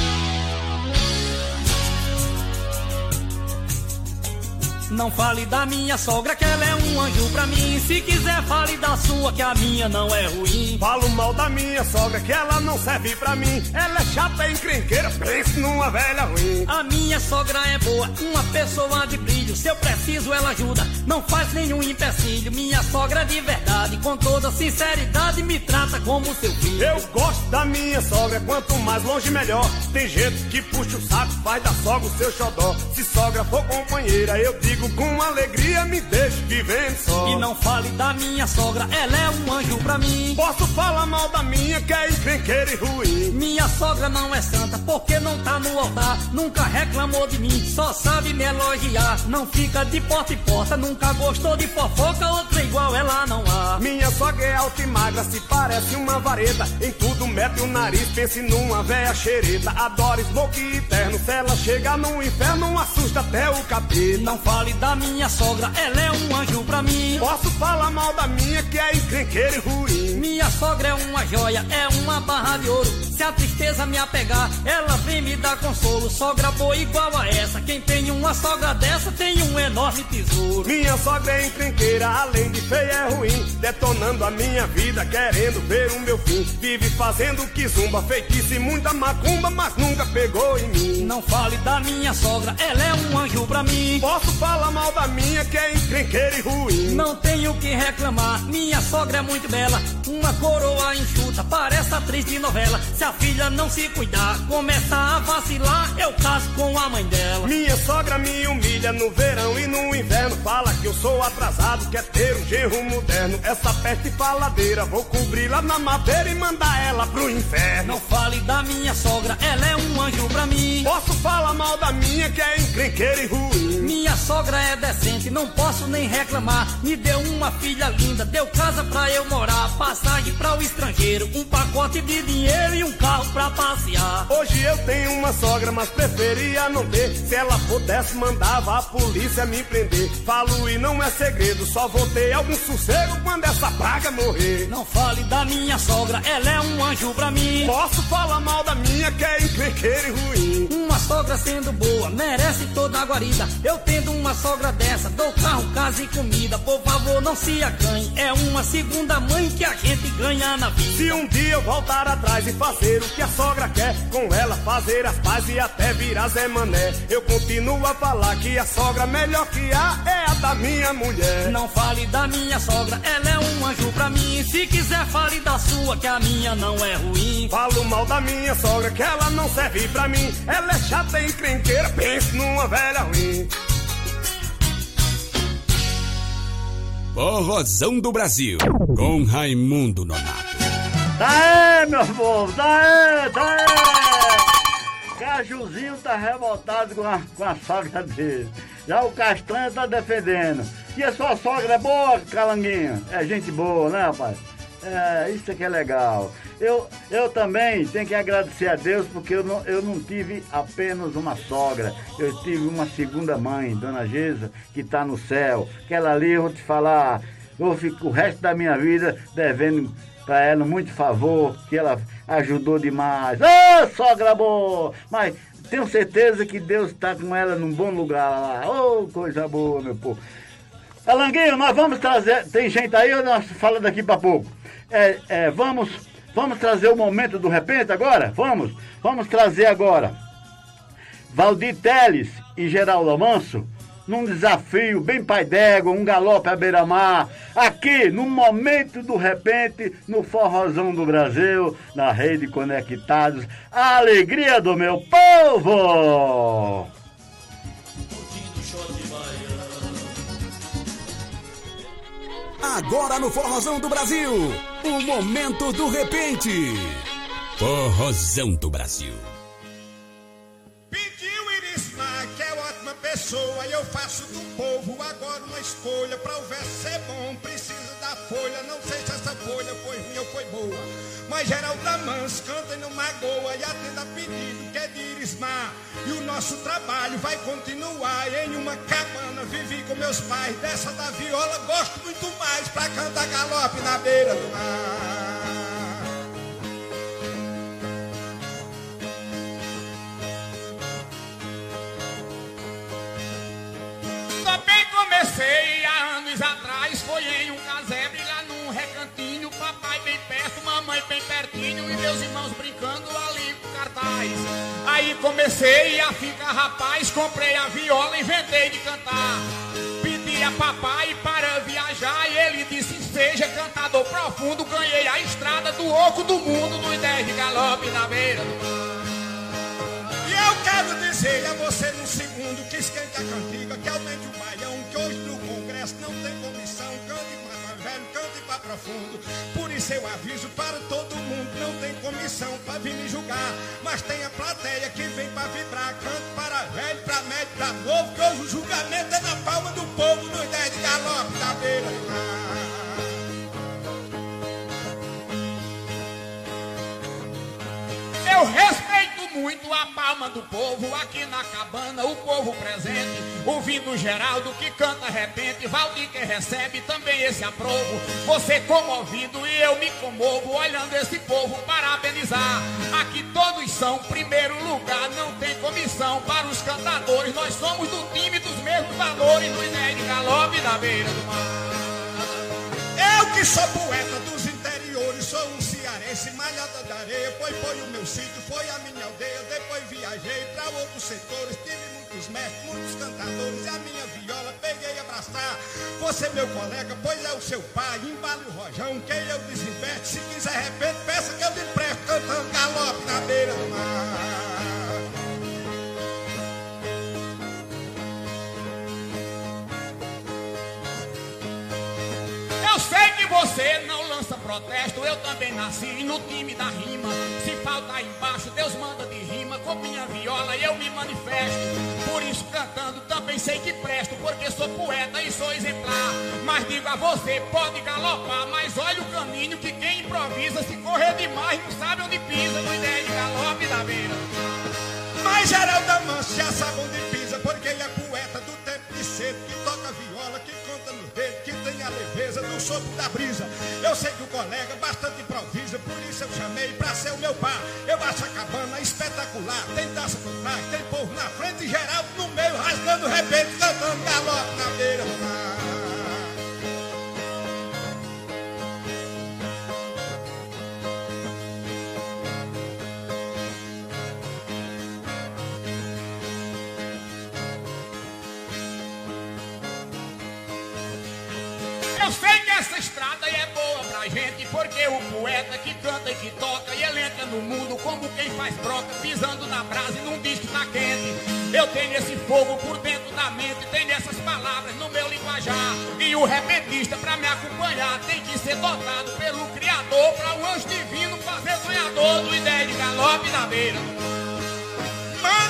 Não fale da minha sogra que ela é um anjo pra mim. Se quiser fale da sua que a minha não é ruim. Falo mal da minha sogra que ela não serve pra mim. Ela é chata e encrenqueira, pense numa velha ruim. A minha sogra é boa, uma pessoa de brilho. Se eu preciso ela ajuda, não faz nenhum empecilho. Minha sogra é de verdade, com toda sinceridade me trata como seu filho. Eu gosto da minha sogra, quanto mais longe melhor. Tem gente que puxa o saco, faz da sogra o seu xodó. Se sogra for companheira, eu digo com alegria, me deixe vivendo só. E não fale da minha sogra, ela é um anjo pra mim. Posso falar mal da minha, que é encrenqueira e ruim. Minha sogra não é santa, porque não tá no altar. Nunca reclamou de mim, só sabe me elogiar. Não fica de porta em porta, nunca gostou de fofoca. Outra igual ela não há. Minha sogra é alta e magra, se parece uma vareta. Em tudo mete o nariz, pense numa véia xereta. Adora smoke eterno, se ela chega no inferno, assusta até o capeta. Não fale da minha sogra, ela é um anjo pra mim. Posso falar mal da minha, que é encrenqueira e ruim. Minha sogra é uma joia, é uma barra de ouro. Se a tristeza me apegar, ela vem me dar consolo. Sogra boa igual a essa, quem tem uma sogra dessa tem um enorme tesouro. Minha sogra é encrenqueira, além de feia é ruim. Detonando a minha vida, querendo ver o meu fim. Vive fazendo quizumba, feitiço e muita macumba, mas nunca pegou em mim. Não fale da minha sogra, ela é um anjo pra mim. Posso falar mal da minha, que é encrenqueira e ruim. Não tenho o que reclamar, minha sogra é muito bela. Uma coroa enxuta, parece atriz de novela. Se a filha não se cuidar, começa a vacilar, eu caso com a mãe dela. Minha sogra me humilha no verão e no inverno. Fala que eu sou atrasado, quer ter um genro moderno. Essa peste faladeira, vou cobrir lá na madeira e mandar ela pro inferno. Não fale da minha sogra, ela é um anjo pra mim. Posso falar mal da minha, que é encrenqueira e ruim. Minha sogra é decente, não posso nem reclamar. Me deu uma filha linda, deu casa pra eu morar. Passagem pra o estrangeiro, um pacote de dinheiro e um carro pra passear. Hoje eu tenho uma sogra, mas preferia não ter. Se ela pudesse, mandava a polícia me prender. Falo e não é segredo, só vou ter algum sossego quando essa praga morrer. Não fale da minha sogra, ela é um anjo pra mim. Posso falar mal da minha, que é encrenqueira e ruim. Uma sogra sendo boa, merece toda a guarida. Eu tendo uma sogra dessa, dou carro, casa e comida. Por favor, não se acanhe, é uma segunda mãe que a gente ganha na vida. Se um dia eu voltar atrás e fazer o que a sogra quer, com ela fazer as pazes e até virar Zé Mané, eu continuo a falar que a sogra melhor que há é a da minha mulher. Não fale da minha sogra, ela é um anjo pra mim. Se quiser fale da sua, que a minha não é ruim. Falo mal da minha sogra, que ela não serve pra mim. Ela é chata e encrenqueira, pense numa velha ruim. Forrozão do Brasil, com Raimundo Nonato. Daê, meu povo, daê, daê. Cajuzinho tá revoltado com a sogra dele. Já o Castanha tá defendendo. E a sua sogra é boa, Calanguinho? É gente boa, né, rapaz? É, isso aqui é legal. Eu também tenho que agradecer a Deus, porque eu não tive apenas uma sogra. Eu tive uma segunda mãe, Dona Geza, que está no céu. Aquela ali, eu vou te falar, eu fico o resto da minha vida devendo para ela muito favor, que ela ajudou demais. Ô, sogra boa! Mas tenho certeza que Deus está com ela num bom lugar lá. Ô, coisa boa, meu povo. Alanguinho, nós vamos trazer... Tem gente aí ou nós fala daqui para pouco? Vamos trazer o momento do repente agora? Vamos trazer agora Valdir Teles e Geraldo Manso num desafio bem pai d'égua, um galope à beira-mar, aqui no momento do repente, no Forrozão do Brasil, na Rede Conectados, a alegria do meu povo! Agora no Forrozão do Brasil, o momento do repente. Forrozão do Brasil. Pediu Irismar, que é ótima pessoa, e eu faço do povo agora uma escolha. Pra o verso ser bom, precisa da folha. Não sei se essa folha foi ruim ou foi boa, mas Geraldo Manso canta e não magoa, e atenda pedido que é de Irismar. E o nosso trabalho vai continuar. Em uma cabana vivi com meus pais, dessa da viola gosto muito mais, pra cantar galope na beira do mar. Também comecei há anos atrás, foi em um casebre lá num recantinho, papai bem perto, mamãe bem pertinho e meus irmãos brincando ali com cartaz. Aí comecei a ficar rapaz, comprei a viola, inventei de cantar. Pedi a papai para viajar e ele disse seja cantador profundo. Ganhei a estrada do oco do mundo nos 10 de galope na beira do mar. E eu quero dizer a você no segundo que esquente a cantiga, que aumente o baião, que hoje no congresso não tem comissão. Cante para mais velho, cante para profundo. Por isso eu aviso para todo mundo, não tem comissão para vir me julgar, mas tem a plateia que vem para vibrar. Cante para velho, para médio, para novo, que hoje o julgamento é na palma do povo nos 10 de galope da beira do mar. Eu respeito muito a palma do povo aqui na cabana, o povo presente, ouvindo Geraldo que canta repente, Valdir que recebe também esse aprovo. Você comovido e eu me comovo, olhando esse povo parabenizar. Aqui todos são primeiro lugar, não tem comissão para os cantadores. Nós somos do time dos mesmos valores, nos 10 de galope da beira do mar. Eu que sou poeta dos interiores, sou um cearense malhada de areia, pois foi o meu sítio, foi a minha aldeia. Depois viajei para outros setores, tive muitos mestres, muitos cantadores, e a minha viola peguei abraçar. Você meu colega, pois é o seu pai, embale o rojão, que eu desinveste. Se quiser repente, peça que eu lhe empresto, cantando galope na beira do mar. Eu sei que você não lança protesto, eu também nasci no time da rima. Se falta aí embaixo, Deus manda de rima, com minha viola eu me manifesto. Por isso cantando também sei que presto, porque sou poeta e sou exemplar. Mas digo a você, pode galopar, mas olha o caminho que quem improvisa, se correr demais não sabe onde pisa, no 10 de galope da beira. Mas Geraldo Manso já sabe onde pisa, porque ele é poeta do tempo de cedo, que toca viola, que canta nos dedos, que tem a leveza do sopro da brisa. Eu sei que o colega bastante improvisa, por isso eu chamei pra ser o meu par. Eu acho a cabana espetacular, tem taça por trás, tem povo na frente e Geraldo no meio, rasgando repente, cantando galope na beira do mar. Eu sei que essa estrada é boa pra gente, porque o poeta que canta e que toca, e ele entra no mundo como quem faz broca, pisando na brasa e num disco tá quente. Eu tenho esse fogo por dentro da mente, tenho essas palavras no meu linguajar. E o repentista pra me acompanhar tem que ser dotado pelo Criador, pra um anjo divino fazer sonhador do ideia de galope na beira.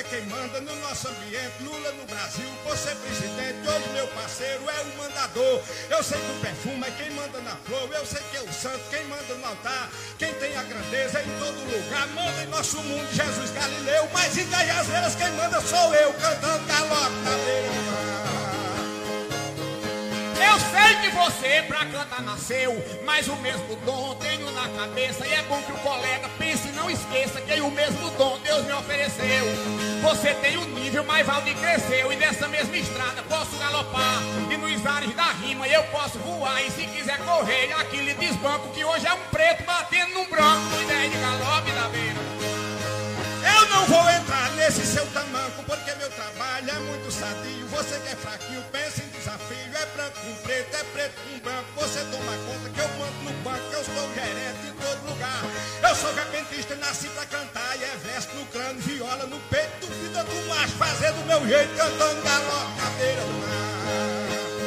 quem manda no nosso ambiente, Lula no Brasil, você presidente, hoje meu parceiro é o mandador. Eu sei que o perfume é quem manda na flor, eu sei que é o santo quem manda no altar, quem tem a grandeza em todo lugar, manda em nosso mundo Jesus Galileu, mas em Caiazeiras quem manda sou eu, cantando galope na beira do mar. Eu sei que você pra cantar nasceu, mas o mesmo dom tenho na cabeça. E é bom que o colega pense e não esqueça que o mesmo dom Deus me ofereceu. Você tem um nível, mas Valdir cresceu. E nessa mesma estrada posso galopar, e nos ares da rima eu posso voar. E se quiser correr, aqui lhe desbanco, que hoje é um preto batendo num branco, com ideia de galope na beira. Eu não vou entrar nesse seu tamanco, porque meu trabalho é muito sadio. Você que é fraquinho, pensa em desafio. É branco com preto, é preto com branco. Você toma conta que eu mando no banco, eu sou gerente em todo lugar. Eu sou repentista, nasci pra cantar. E é verso no crânio, viola no peito. Duvida do macho, fazer do meu jeito, cantando galope na beira do mar.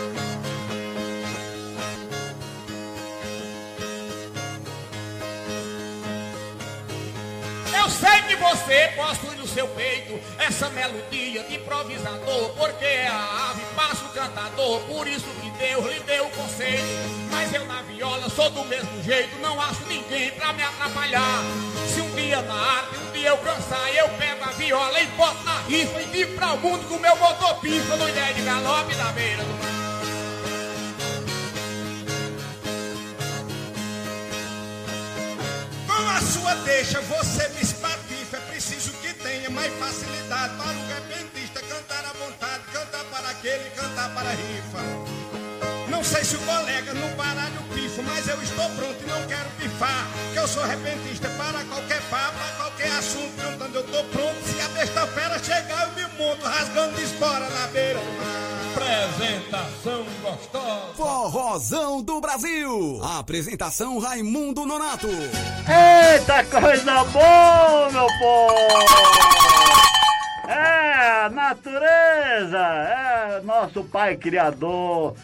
Eu sei que você possui no seu peito essa melodia de improvisador, porque é a ave, passa o cantador, por isso que Deus lhe deu o conceito. Mas eu na viola sou do mesmo jeito, não acho ninguém pra me atrapalhar. Se um dia na arte, um dia eu cansar, eu pego a viola e boto na rifa e digo pra o mundo que o meu motor pifa no ideia de galope na beira do mar. Com a sua deixa você me espatifa, é preciso que tenha mais facilidade para o repentista cantar à vontade, cantar para aquele, cantar para a rifa. Não sei se o colega no baralho pifa, mas eu estou pronto e não quero pifar, que eu sou repentista para qualquer papo, para qualquer assunto, cantando eu estou pronto. Se a besta fera chegar eu me monto, rasgando de espora na beira do mar. Apresentação gostosa. Forrozão do Brasil. Apresentação Raimundo Nonato. Eita coisa boa, meu povo! É a natureza, é nosso Pai Criador,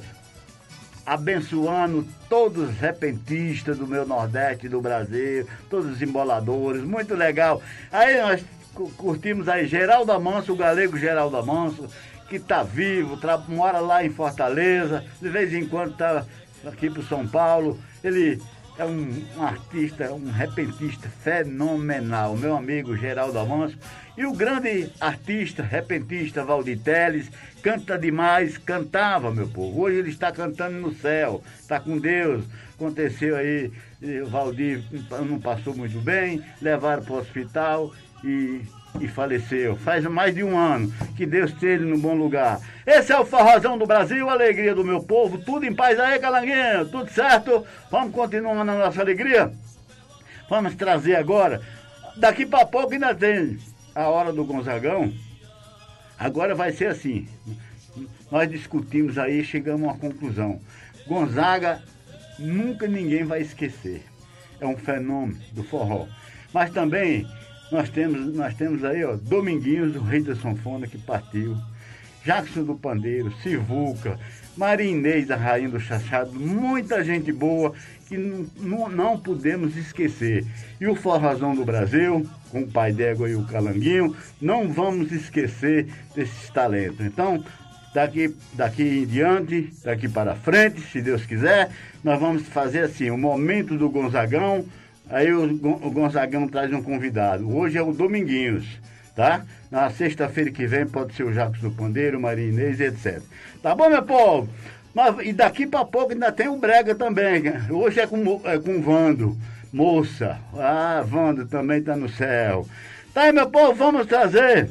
abençoando todos os repentistas do meu Nordeste, do Brasil, todos os emboladores, muito legal. Aí nós curtimos aí Geraldo Amanso, o galego Geraldo Amanso, que tá vivo, mora lá em Fortaleza, de vez em quando tá aqui pro São Paulo. Ele é um artista, um repentista fenomenal, meu amigo Geraldo Amanso. E o grande artista, repentista Valdir Teles, canta demais, cantava, meu povo. Hoje ele está cantando no céu, está com Deus. Aconteceu aí, o Valdir não passou muito bem, levaram para o hospital e faleceu. Faz mais de um ano. Que Deus esteja no bom lugar. Esse é o Forrozão do Brasil, a alegria do meu povo. Tudo em paz aí, Calanguinho? Tudo certo? Vamos continuar na nossa alegria? Vamos trazer agora. Daqui para pouco ainda tem a hora do Gonzagão. Agora vai ser assim. Nós discutimos aí, chegamos a uma conclusão. Gonzaga nunca ninguém vai esquecer. É um fenômeno do forró. Mas também nós temos aí, ó, Dominguinhos, o rei da sanfona, que partiu. Jackson do Pandeiro, Sivuca, Maria Inês, a rainha do chachado, muita gente boa que não podemos esquecer. E o Forrozão do Brasil, com o Pai d'Égua e o Calanguinho, não vamos esquecer desses talentos. Então, daqui em diante, daqui para frente, se Deus quiser, nós vamos fazer assim, o momento do Gonzagão. Aí o Gonzagão traz um convidado. Hoje é o Dominguinhos, tá? Na sexta-feira que vem pode ser o Jacos do Pandeiro, Maria Inês, etc. Tá bom, meu povo? E daqui para pouco ainda tem o Brega também. Hoje é com o Vando, moça. Ah, Vando também tá no céu. Tá aí, meu povo, vamos trazer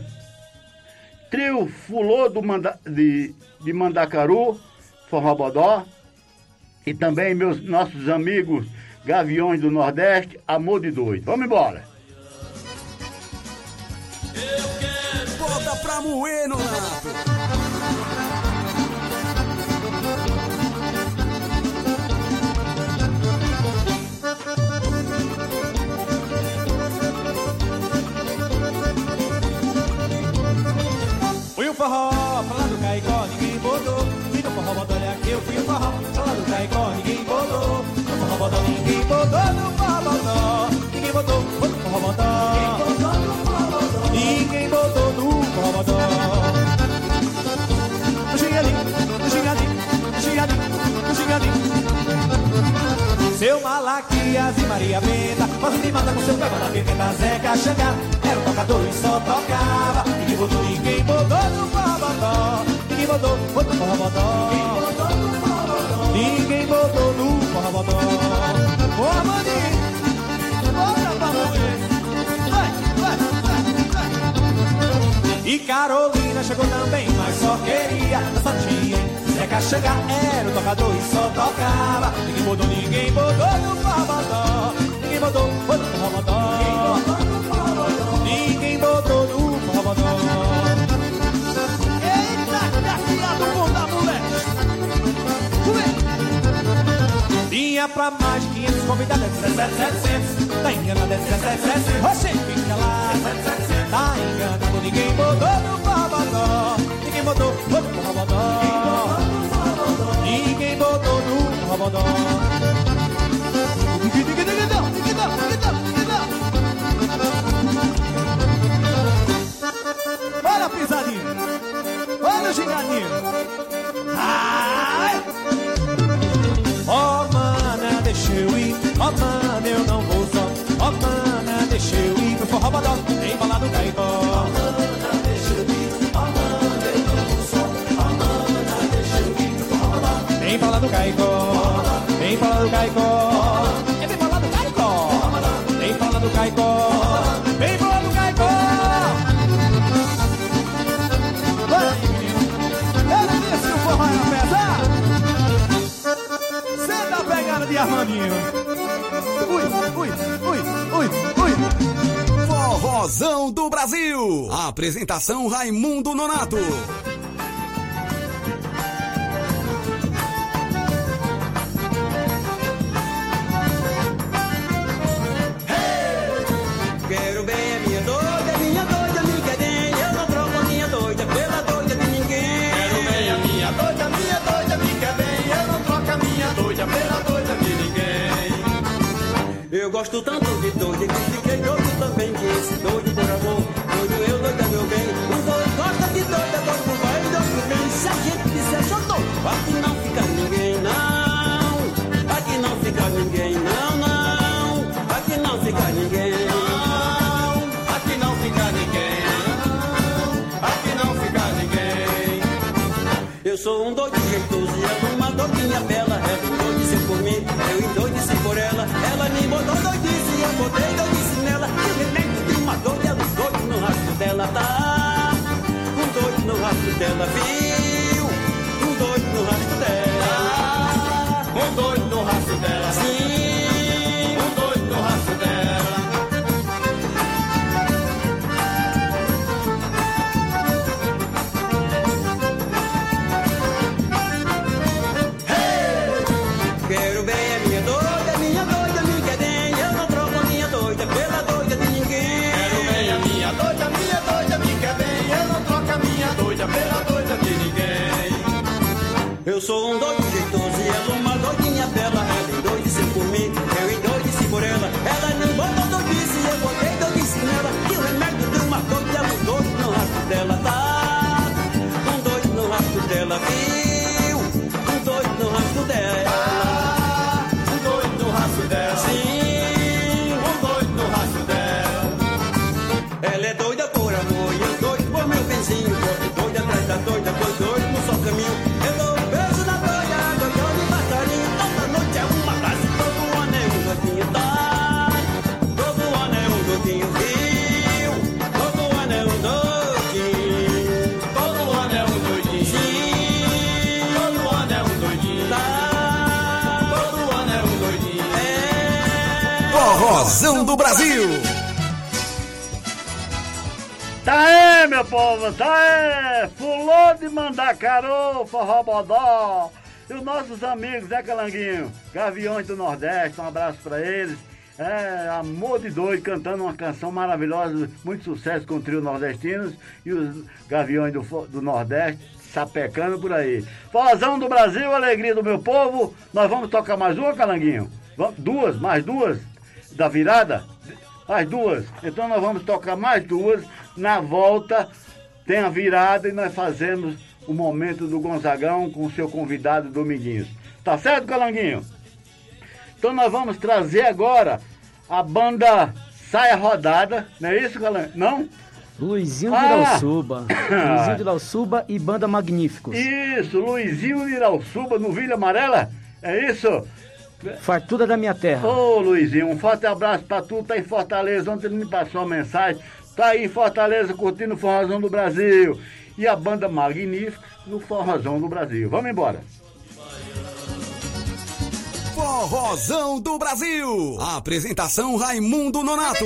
Trio Fulô de Mandacaru, Forrobodó, e também nossos amigos Gaviões do Nordeste, Amor de Doido. Vamos embora. Bota pra moer, Nonato. Fui o forró, pra lá do Caicó, ninguém botou. E no forró bodó, olha aqui, eu fui o forró, pra lá do Caicó, ninguém botou. No forró bodó, ninguém botou, no forró bodó. Ninguém botou, foi no forró bodó. Ninguém botou. seu Malaquias e Maria Benta. Mas me manda com seu pé, manda Benta, Zeca Xangá. Era um tocador e só tocava. Ninguém botou no forrobodó. Ninguém botou no forrobodó. Ninguém botou no forrobodó. Ô, Armandinho, bora pra você. Vai. E Carolina chegou também, mas só queria dançar tinha. Zeca Xangá era o tocador e só tocava. Ninguém botou no forrobodó. Ninguém botou no forrobodó. Ninguém botou no forrobodó. Eita, que afiado o bunda, moleque. Vinha pra mais de 500 convidados, 17,700. Tá enganado, 17,700. Você fica lá, 17,700. Tá enganado, ninguém botou no forrobodó. Ninguém botou no forrobodó. Ninguém botou no forrobodó. Olha a pisadinha. Olha o gingadinho. Ai! Oh, mana, deixa eu ir. Oh, mana, eu não vou só. Oh, mana, deixa eu ir pro forrobodó. Tem bala do Caicó. Oh, mana, deixa eu ir. Oh, mana, eu não vou só. Oh, mana, deixa eu ir pro forrobodó. Tem bala do Caicó. Tem bala do Caicó. É bem bala do Caicó. Tem bala do Caicó. Vem bala do Caicó. Eu não disse que o forró era pesado. Cê tá pegando de Armandinho. Ui. Forrozão do Brasil. Apresentação Raimundo Nonato. Quero ver a minha doida me quer bem. Eu não troco a minha doida pela doida de ninguém. Quero ver a minha doida me quer bem. Eu não troco a minha doida pela doida de ninguém. Eu gosto tanto de doida que fiquei doido também. Que esse doido por amor, doido eu, doida meu bem. Os dois gostam de doida, doido por vai, doido bem. Se a gente disser só doido, aqui não fica ninguém não. Aqui não fica ninguém não. Aqui não fica ninguém não. Aqui não fica ninguém. Aqui não fica ninguém. Eu sou um doido jeitoso e ela uma doidinha bela. Ela endoidece por mim, eu endoideci por ela. Ela me botou doidice e eu botei doidice nela. E o remédio de uma doida, ela um doido no rastro dela tá. Um doido no rastro dela, viu? Um doido no rastro dela. Um doido no rastro dela. Sim, um doido no rastro dela. quero ver a minha doida me quer bem. Eu não troco a minha doida pela doida de ninguém. Quero ver a minha doida me quer bem. Eu não troco a minha doida pela doida de ninguém. Eu sou um doido jeitoso e ela uma doidinha bela. Ela endoidece por mim, eu endoideci por ela. Ela me botou doidice e eu botei doidice nela. E o remédio de uma doida, ela um doido no rastro dela tá. Um doido no rastro dela, viu? Um doido no rastro dela. Um doido no rastro dela. Sim, um doido no rastro dela. Ela é doida por amor e eu doido por meu benzinho. Doido atrás da doida, pois doido no só caminho. Eu dou um beijo na doida, doidão de passarinho. Toda noite é uma frase, todo ano é um doidinho, tá? Todo ano é um doidinho, viu? Todo ano é um doidinho. Todo ano é um doidinho. Sim, todo ano é um doidinho. tá? Todo ano é um doidinho. Forrozão do Brasil. Tá aí, meu povo, tá aí! Fulô de Mandacaru, Forrobodó. E os nossos amigos, né, Calanguinho? Gaviões do Nordeste, um abraço pra eles. Amor de Doido, cantando uma canção maravilhosa, muito sucesso com o trio nordestinos. E os Gaviões do Nordeste sapecando por aí. Forrozão do Brasil, alegria do meu povo. Nós vamos tocar mais uma, Calanguinho? Mais duas da virada? Mais duas. Então nós vamos tocar mais duas. Na volta tem a virada e nós fazemos o momento do Gonzagão com o seu convidado Dominguinhos. Tá certo, Calanguinho? Então nós vamos trazer agora a banda Saia Rodada, não é isso, galera? Não? Luizinho Viralsuba. Luizinho Viralsuba e Banda Magníficos. Isso, Luizinho Viralsuba no Vila Amarela, é isso? Fartura da Minha Terra. Ô Luizinho, um forte abraço pra tu, tá em Fortaleza, ontem ele me passou uma mensagem, tá aí em Fortaleza curtindo o Forrozão do Brasil. E a Banda Magníficos no Forrozão do Brasil. Vamos embora. Forrozão do Brasil. Apresentação Raimundo Nonato.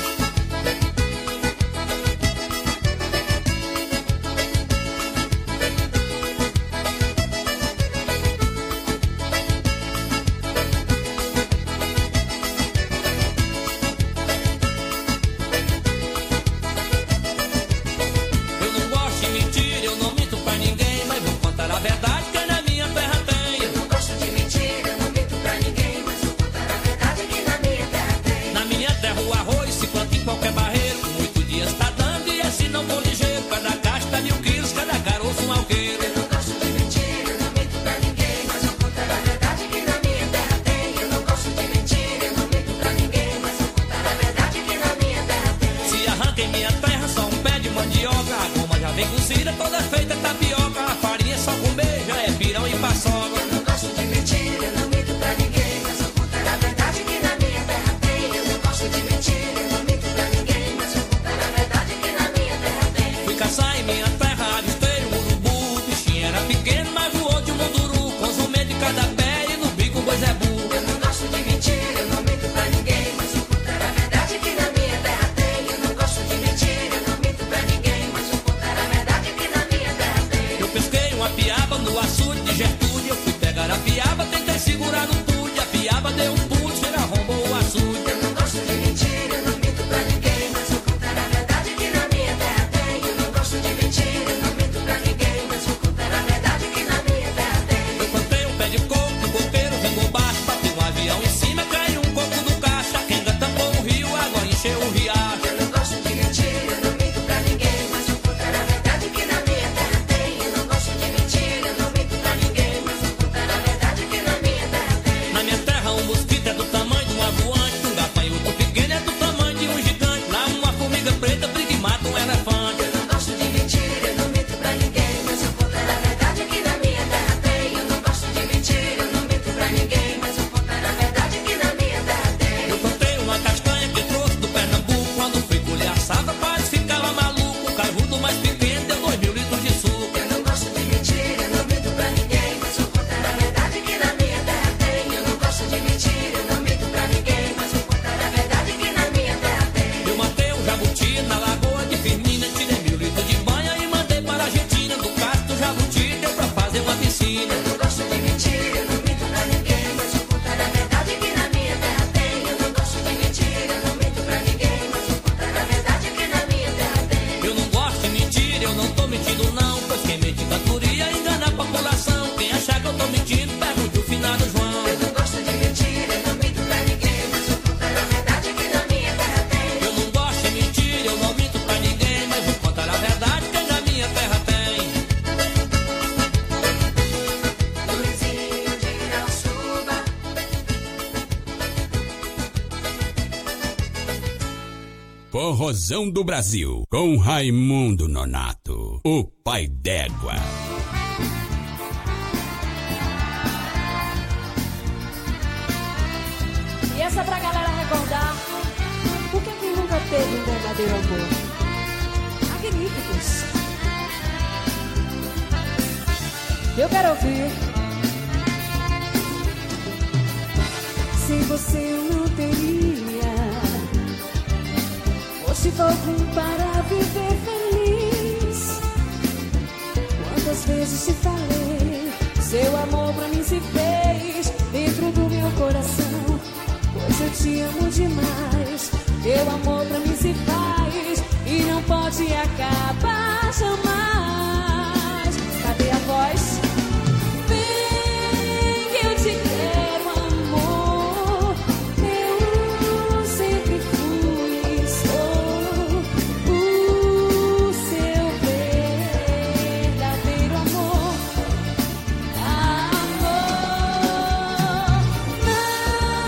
Forrozão do Brasil, com Raimundo Nonato, o pai d'égua. E essa pra galera recordar, por que quem nunca teve um verdadeiro amor? Magníficos. Eu quero ouvir. Sem você eu não teria se fogo para viver feliz. Quantas vezes te falei, seu amor pra mim se fez dentro do meu coração. Pois eu te amo demais, teu amor pra mim se faz e não pode acabar jamais. Cadê a voz? Vem que eu te quero, amor. Eu sempre fui e sou o seu verdadeiro amor. Amor,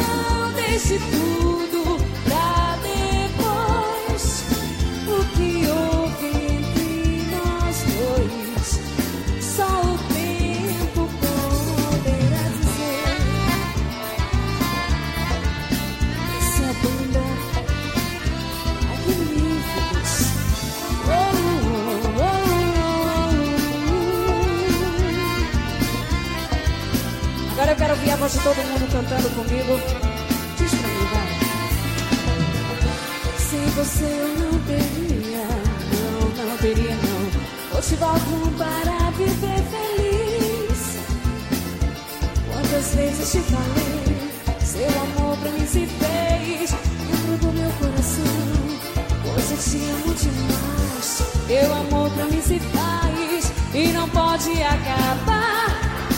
voz de todo mundo cantando comigo. Diz pra mim, vai. Sem você eu não teria, não teria não motivo algum para viver feliz. Quantas vezes te falei, seu amor pra mim se fez dentro do meu coração. Pois eu te amo demais, teu amor pra mim se faz e não pode acabar.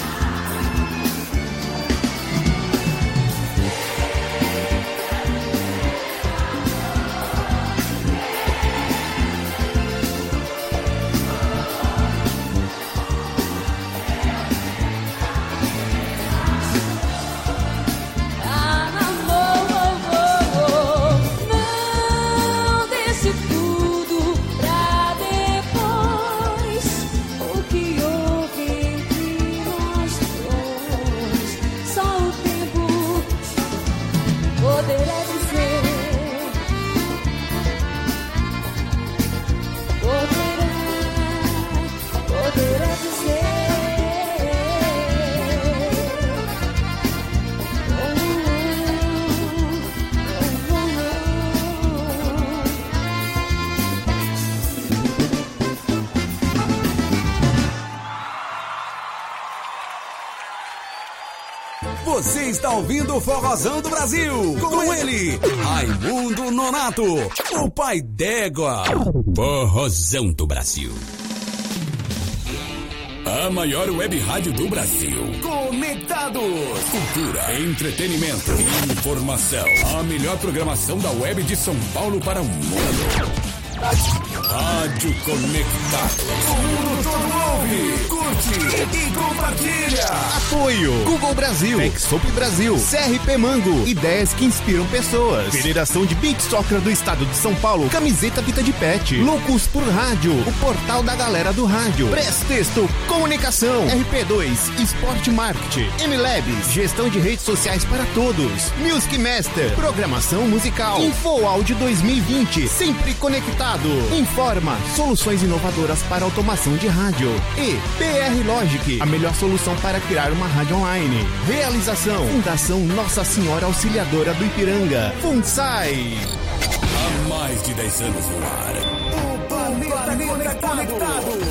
Você está ouvindo o Forrozão do Brasil, com ele, Raimundo Nonato, o pai d'égua. Forrozão do Brasil. A maior web rádio do Brasil. Conectados. Cultura, entretenimento, informação. A melhor programação da web de São Paulo para o mundo. Rádio Conectados. O mundo todo ouve, curte e compartilha. Apoio Google Brasil, Exop Brasil, CRP Mango, ideias que inspiram pessoas. Federação de Beach Soccer do Estado de São Paulo, camiseta Vita de Pet. Loucos por Rádio, o portal da galera do rádio. Prestexto, comunicação. RP2, Esporte Marketing. MLabs, gestão de redes sociais para todos. Music Master, programação musical. Info Áudio 2020, sempre conectado. Informa, soluções inovadoras para automação de rádio. E PR Logic, a melhor solução para criar uma rádio online. Realização, Fundação Nossa Senhora Auxiliadora do Ipiranga. FUNSAI. Há mais de 10 anos no ar. O planeta conectado.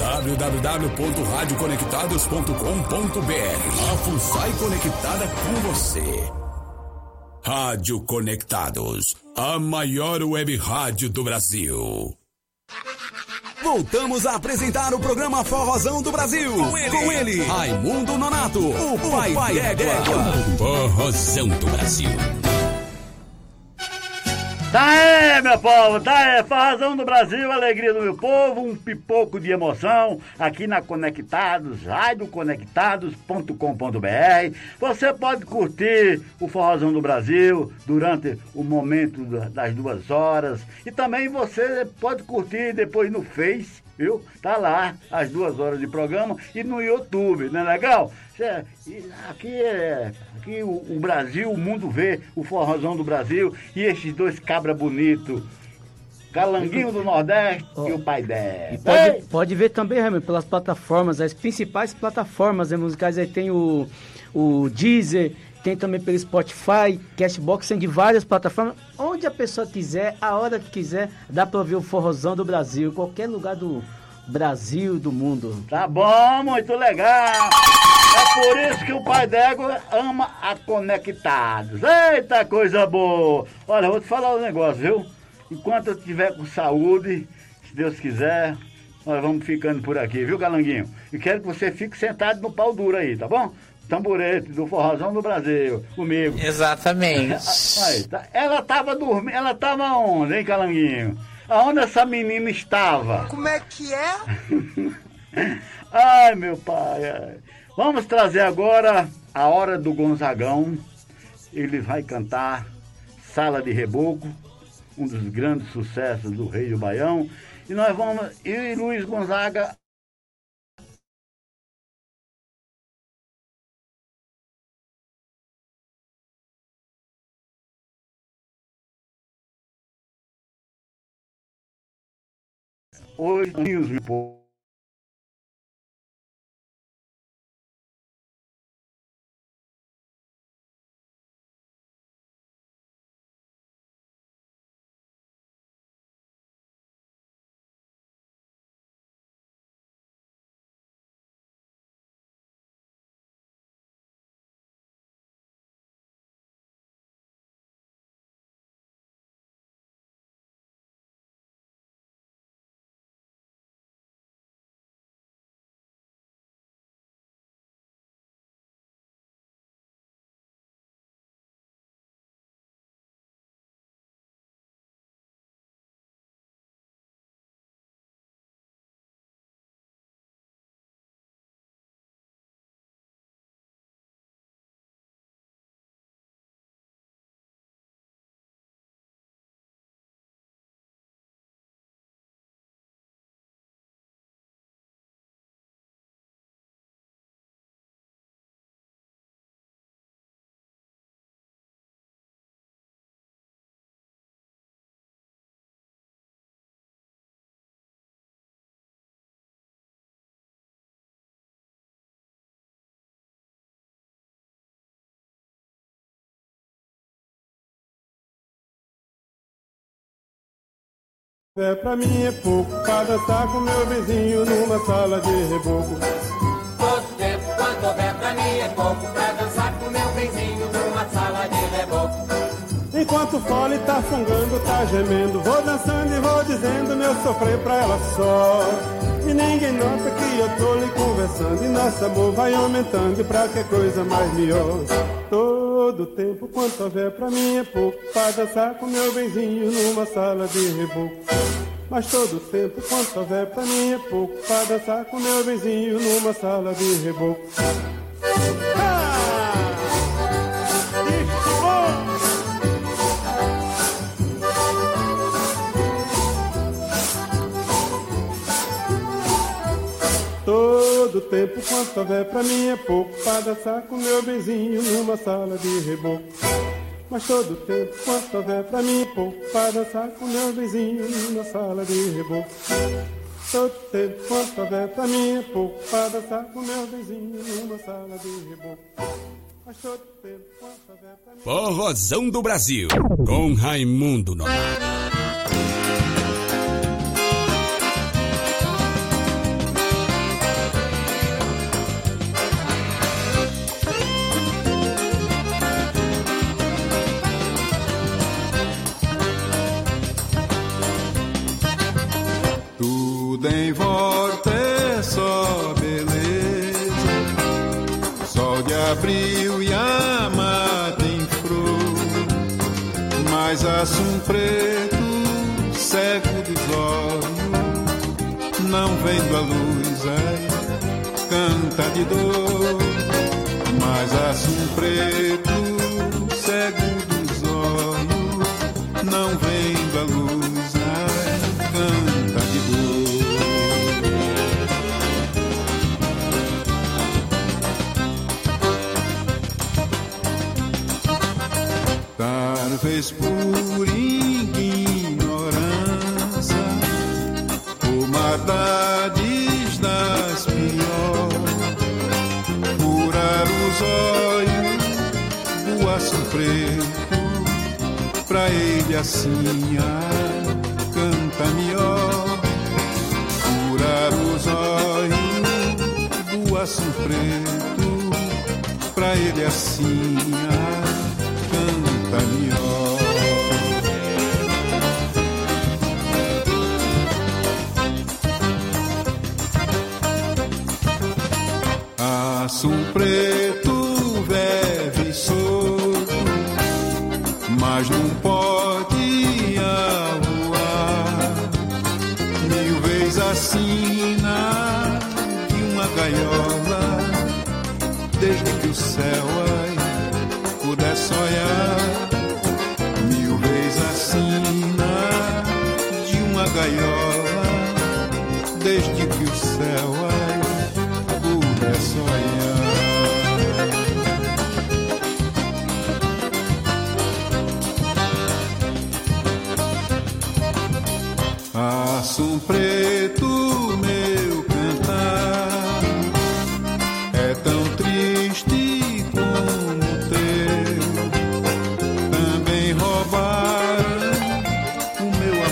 www.radioconectados.com.br. A FUNSAI conectada com você. Rádio Conectados, a maior web rádio do Brasil. Voltamos a apresentar o programa Forrozão do Brasil. Com ele, Raimundo Nonato, o pai d'égua. Forrozão do Brasil. Tá aí, meu povo, tá aí, Forrozão do Brasil, alegria do meu povo, um pipoco de emoção aqui na Conectados, radioconectados.com.br. Você pode curtir o Forrozão do Brasil durante o momento das 2 horas e também você pode curtir depois no Face, viu? Tá lá as 2 horas de programa e no YouTube, não é legal? Aqui o Brasil, o mundo vê o Forrozão do Brasil e estes 2 cabra bonito, Calanguinho do Nordeste e o pai dela. Pode ver também, Raimundo, pelas plataformas, as principais plataformas musicais. Aí tem o Deezer, tem também pelo Spotify, Cashbox, tem de várias plataformas. Onde a pessoa quiser, a hora que quiser, dá pra ouvir o Forrozão do Brasil, qualquer lugar do Brasil, do mundo. Tá bom, muito legal. É por isso que o pai d'égua ama a Conectados. Eita, coisa boa. Olha, eu vou te falar um negócio, viu? Enquanto eu estiver com saúde, se Deus quiser, nós vamos ficando por aqui, viu, Calanguinho? E quero que você fique sentado no pau duro aí, tá bom? Tamborete do Forrozão do Brasil, comigo. Exatamente. Aí, tá. Ela tava dormindo, ela tava onde, hein, Calanguinho? Aonde essa menina estava? Como é que é? Ai, meu pai. Ai. Vamos trazer agora a hora do Gonzagão. Ele vai cantar Sala de Reboco, um dos grandes sucessos do Rei do Baião. E nós vamos... E Luiz Gonzaga... Hoje, meu povo. É pra mim é pouco, pra dançar com meu vizinho numa sala de reboco. Todo tempo, quanto houver pra mim é pouco, pra dançar com meu vizinho numa sala de reboco. Enquanto o fole tá fungando, tá gemendo, vou dançando e vou dizendo meu sofrer pra ela só. E ninguém nota que eu tô lhe conversando, e nosso amor vai aumentando, e pra que coisa mais melhor. Todo tempo, quanto houver pra mim é pouco, pra dançar com meu benzinho numa sala de reboco. Mas todo tempo, quanto houver pra mim é pouco, pra dançar com meu benzinho numa sala de reboco. Todo tempo, quanto houver pra mim é pouco, pra dançar com meu benzinho numa sala de reboco. Mas todo tempo, quanto houver pra mim é pouco, pra dançar com meu benzinho numa sala de reboco. Todo tempo, quanto houver pra mim é pouco, pra dançar com meu benzinho numa sala de reboco. Mas todo tempo, quanto houver pra mim... Forrozão do Brasil, com Raimundo Nonato. Tudo em volta é só beleza, sol de abril e a mata em flor, mas assum preto, cego dos olhos, não vendo a luz, ai, canta de dor, mas assum preto, cego dos olhos, não vendo a luz, ai, canta de dor. Talvez por ignorância, por maldades das piores, furar os olhos do aço preto, pra ele assim canta melhor. Furar os olhos do aço preto, pra ele assim canta melhor. Aço preto vive solto, mas não pode voar. Mil vezes assina de uma gaiola, desde que o céu puder sonhar. Mil vezes assina de uma gaiola, desde que o céu puder sonhar. Aço preto, meu cantar é tão triste como o teu. Também roubaram o meu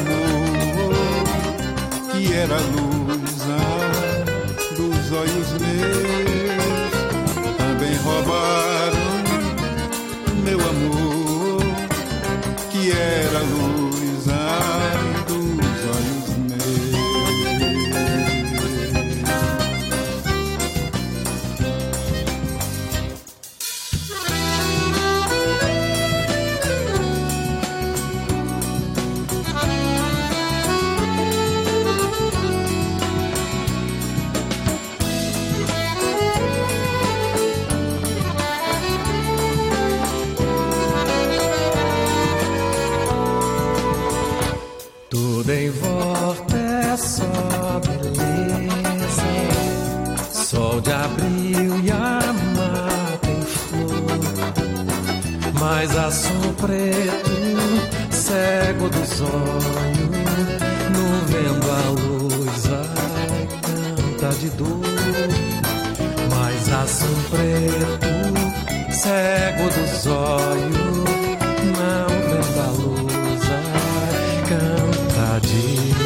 amor, que era a luz dos olhos meus. Também roubaram o meu amor, que era a luz dos olhos meus. Tudo em volta é só beleza, sol de abril e a mata em flor, mas aço preto, cego dos olhos, não vendo a luz, ai, canta de dor. Mas aço preto, cego dos olhos, não vendo a luz, ai, canta de dor.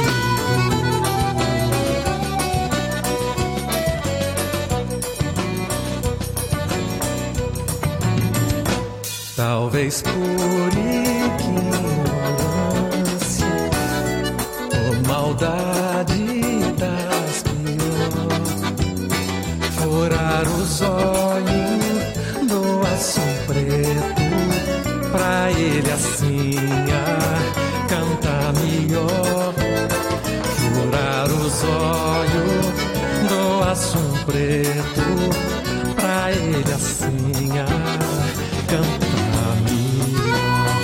escura e que ignorância, oh maldade das piores, furar os olhos do aço preto, pra ele assim cantar melhor. Furar os olhos do aço preto, pra ele assim cantar melhor.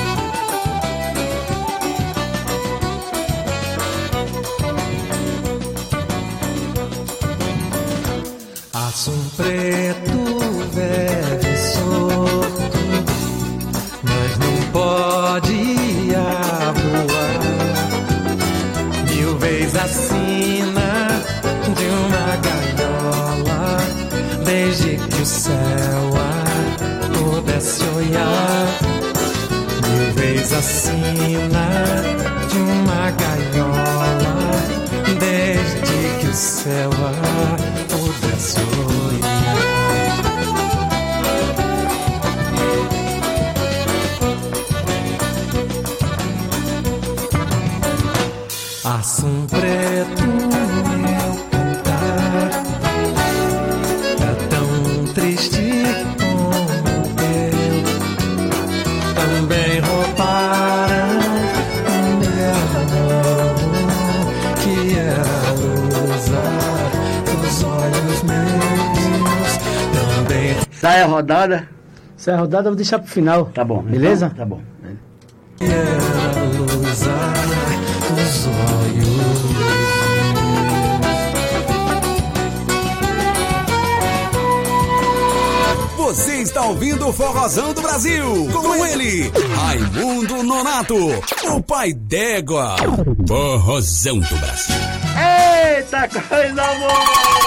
Aço preto vive solto, mas não pode voar. Mil vezes assina de uma gaiola, desde que o céu pudesse olhar. Mil vezes assina de uma gaiola, desde que o céu pudesse olhar. Aço preto, meu cantar é tão triste como o teu. Também roubaram o meu amor, que era a luz dos olhos meus. Também. Sai a rodada. Sai a rodada, eu vou deixar pro final. Tá bom. Beleza? Então, tá bom. Que era a luz dos olhos. Você está ouvindo o Forrozão do Brasil. Com ele, Raimundo Nonato, o pai d'égua. Forrozão do Brasil. Eita, coisa boa!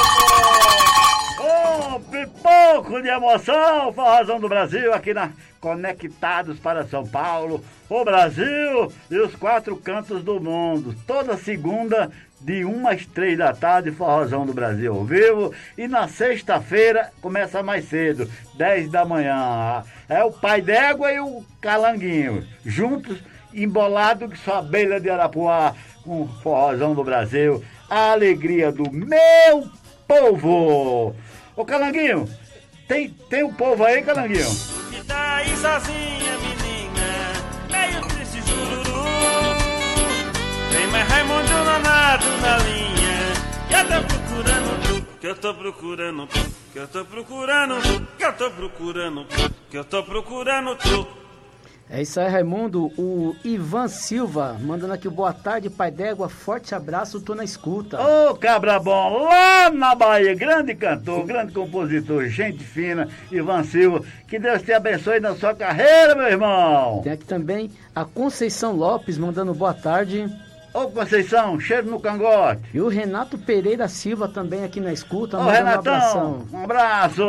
Ô, pipoco de emoção, Forrozão do Brasil, aqui na Conectados para São Paulo, o Brasil e os 4 cantos do mundo. Toda segunda, de 1 às 3 da tarde, Forrozão do Brasil ao vivo. E na sexta-feira, começa mais cedo, 10 da manhã. É o pai d'égua e o calanguinho, juntos, embolado que só abelha de Arapuá, com o Forrozão do Brasil. A alegria do meu povo. Ô, Calanguinho, tem um povo aí, Calanguinho? Que tá aí sozinha, menina, meio triste, jururu. Tem mais Raimundo Nonato na linha, que eu tô procurando tu, que eu tô procurando tu, que eu tô procurando tu, que eu tô procurando tu, que eu tô procurando tu. É isso aí, Raimundo. O Ivan Silva mandando aqui boa tarde, pai d'égua. Forte abraço, tô na escuta. Ô, cabra bom, lá na Bahia, grande cantor, grande compositor, gente fina, Ivan Silva. Que Deus te abençoe na sua carreira, meu irmão. Tem aqui também a Conceição Lopes mandando boa tarde. Ô, Conceição, cheiro no cangote. E o Renato Pereira Silva também aqui na escuta. Ô, Renatão, um abraço.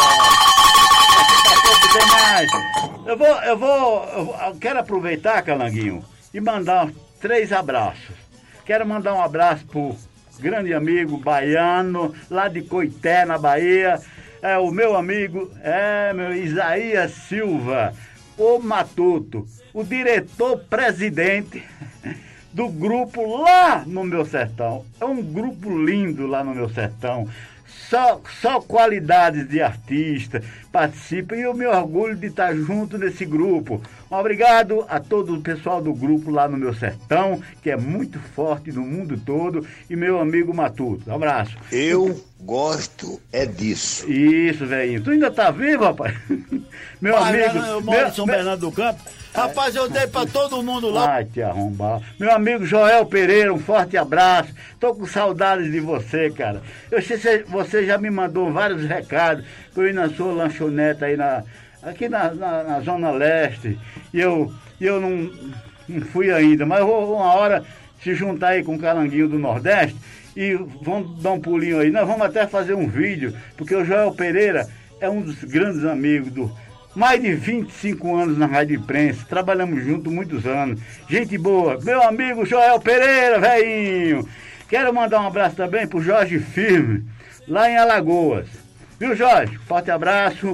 Tem mais. Eu quero aproveitar, Calanguinho, e mandar 3 abraços. Quero mandar um abraço pro grande amigo baiano, lá de Coité, na Bahia. É o meu amigo, meu Isaías Silva, o Matuto, o diretor-presidente do grupo lá no meu sertão. É um grupo lindo lá no meu sertão. Só qualidades de artista participam e eu me orgulho de estar junto nesse grupo. Um obrigado a todo o pessoal do grupo lá no meu sertão, que é muito forte no mundo todo, e meu amigo Matuto. Um abraço. Eu gosto disso. Isso, velhinho. Tu ainda tá vivo, rapaz? Meu amigo. Eu moro em São Bernardo do Campo. Rapaz, eu dei pra todo mundo lá. Vai te arrombar. Meu amigo Joel Pereira, um forte abraço. Tô com saudades de você, cara. Eu sei que você já me mandou vários recados pra eu ir na sua lanchonete aí aqui na Zona Leste. E eu não fui ainda, mas eu vou uma hora se juntar aí com o Calanguinho do Nordeste e vamos dar um pulinho aí. Nós vamos até fazer um vídeo, porque o Joel Pereira é um dos grandes amigos mais de 25 anos na Rádio Imprensa, trabalhamos juntos muitos anos. Gente boa, meu amigo Joel Pereira, velhinho. Quero mandar um abraço também pro Jorge Firme, lá em Alagoas. Viu, Jorge? Forte abraço.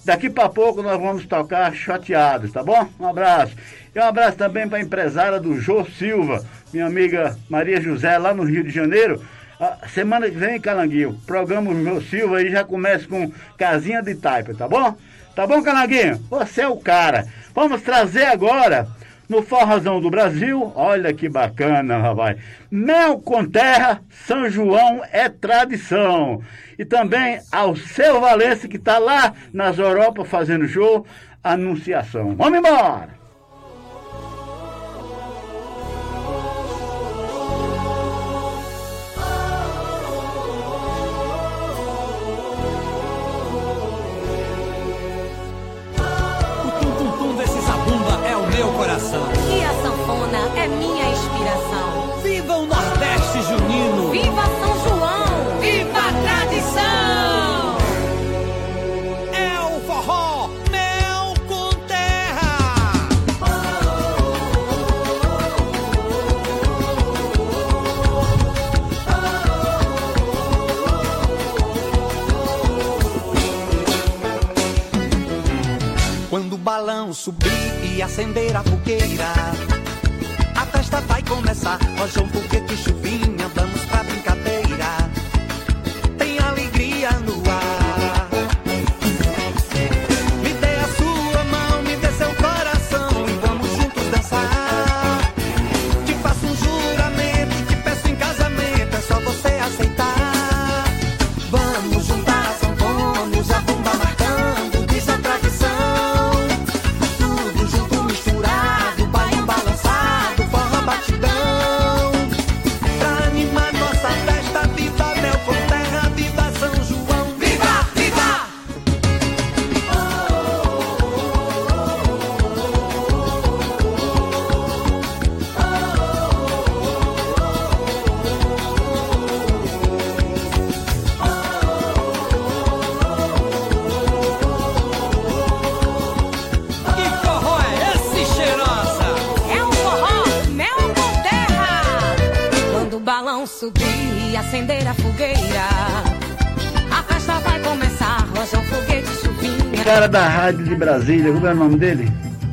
Daqui para pouco nós vamos tocar Chateados, tá bom? Um abraço. E um abraço também para a empresária do Jô Silva, minha amiga Maria José, lá no Rio de Janeiro. A semana que vem, Calanguinho, programa o Jô Silva e já começa com Casinha de Taipa, tá bom? Tá bom, Calanguinho? Você é o cara. Vamos trazer agora, no Forrozão do Brasil, olha que bacana, rapaz. Mel com terra, São João é tradição. E também Alceu Valença, que tá lá nas Europa fazendo show, Anunciação. Vamos embora! Coração. E a sanfona é minha inspiração. Viva o Nordeste junino. Viva São João. Viva a tradição. É o forró Mel com terra. Quando o balão subir e acender a fogueira, a festa vai começar. Rojão, foguete, chuvinha, vamos pra brincadeira. Tem alegria no ar. Me dê a sua mão, me dê seu coração e vamos juntos dançar. Te faço um juramento, te peço em casamento, é só você aceitar. Vamos juntar a sanfona, usar bomba marcando, diz a tradição. Subir e acender a fogueira, a festa vai começar. Rojão, foguete, chuvinha. Cara da rádio de Brasília, como é o nome dele?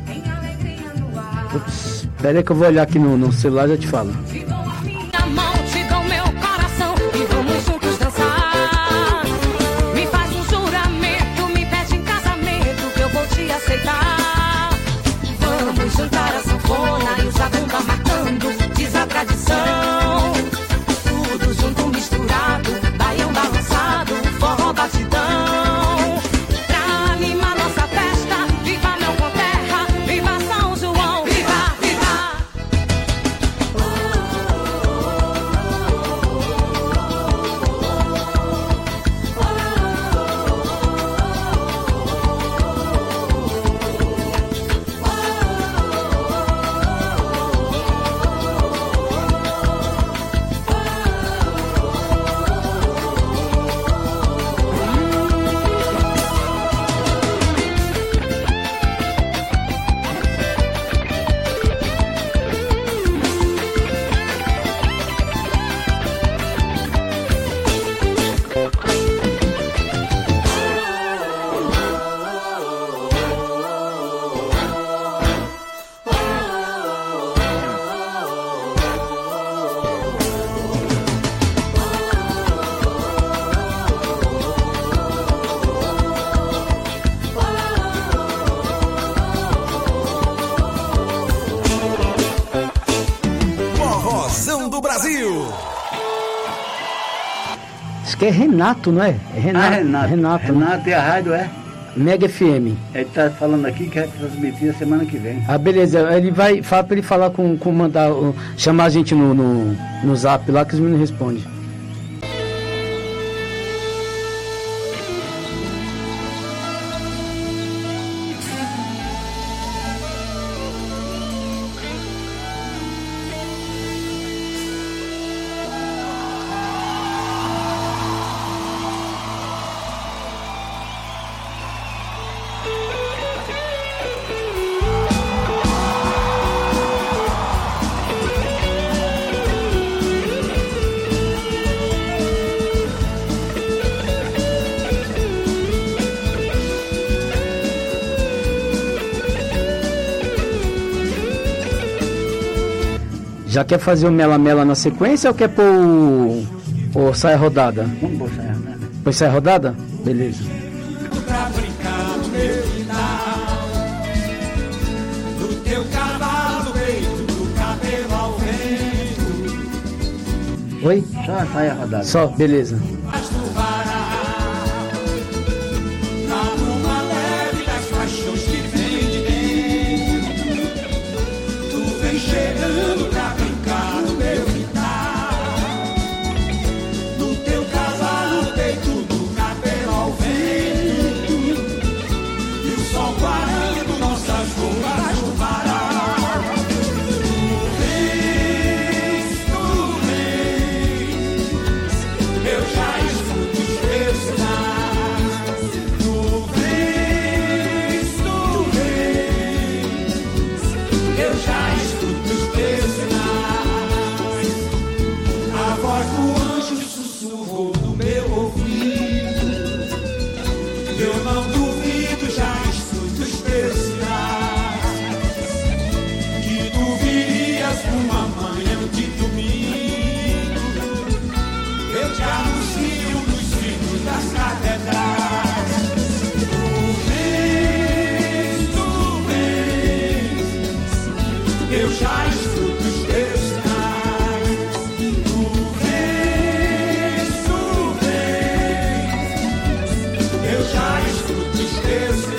Putz, pera aí que eu vou olhar aqui no celular e já te falo. Te dou a minha mão, te dou meu coração e vamos juntos dançar. Me faz um juramento, me pede em casamento que eu vou te aceitar. Vamos juntar a sanfona e o zabumba marcando, diz a tradição. Junto misturado, baião balançado, forró batidão. Pra animar nossa festa, viva Mel com terra, viva São João, viva, viva. Acho que é Renato, não é? É Renato. Renato. Renato e a rádio é? Mega FM. Ele tá falando aqui que vai transmitir a semana que vem. Ah, beleza. Ele vai falar pra ele falar mandar, chamar a gente no zap lá que os meninos respondem. Já quer fazer o mela-mela na sequência ou quer pôr o saia rodada? Vamos pôr saia rodada. Põe saia rodada? Beleza. Pra brincar no meu quintal, do teu cavalo peito, do cabelo ao vento. Oi? Só a saia rodada. Só, beleza. Mas tu varal, na bruma leve das paixões que vem de dentro. Tu vem chegando pra brincar no meu quintal, no teu cavalo peito, do cabelo ao vento. E o sol parando nossas roupas no varal. Eu já escuto os teus sinais. Tu vens, eu já escuto os teus sinais. A voz do anjo sussurrou no meu ouvido. Eu não duvido, já escuto os teus sinais. Que tu virias numa manhã de domingo. Eu te anuncio nos sinos das catedrais. Tu vens, eu já escuto os teus sinais. Tu vens, eu já escuto os teus sinais.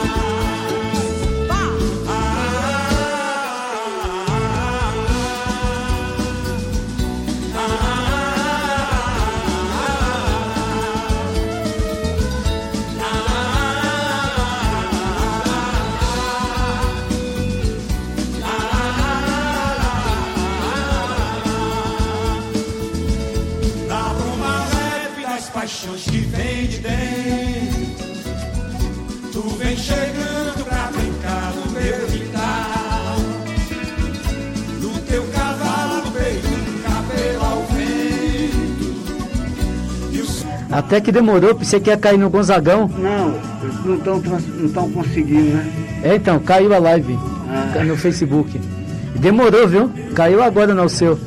Da bruma leve das paixões que vem de dentro, tu vem chegando pra brincar no meu quintal, no teu cavalo no peito, no cabelo ao vento. E o sol Até que demorou, você quer cair no Gonzagão? Não estão conseguindo, né? É, então, caiu a live no Facebook. Demorou, viu? Caiu agora no seu.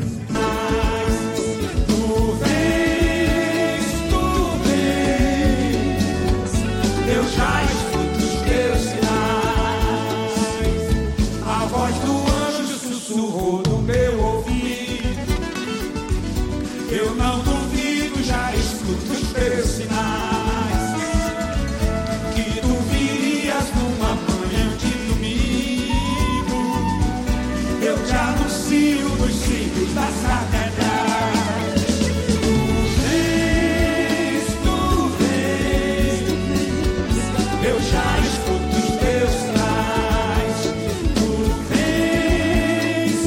eu já escuto os teus sinais. A voz do anjo sussurrou no meu ouvido. Eu não duvido, já escuto os teus sinais. Que tu virias numa manhã de domingo. Eu te anuncio nos sinos das catedrais. Eu já escuto os teus sinais. Tu vens,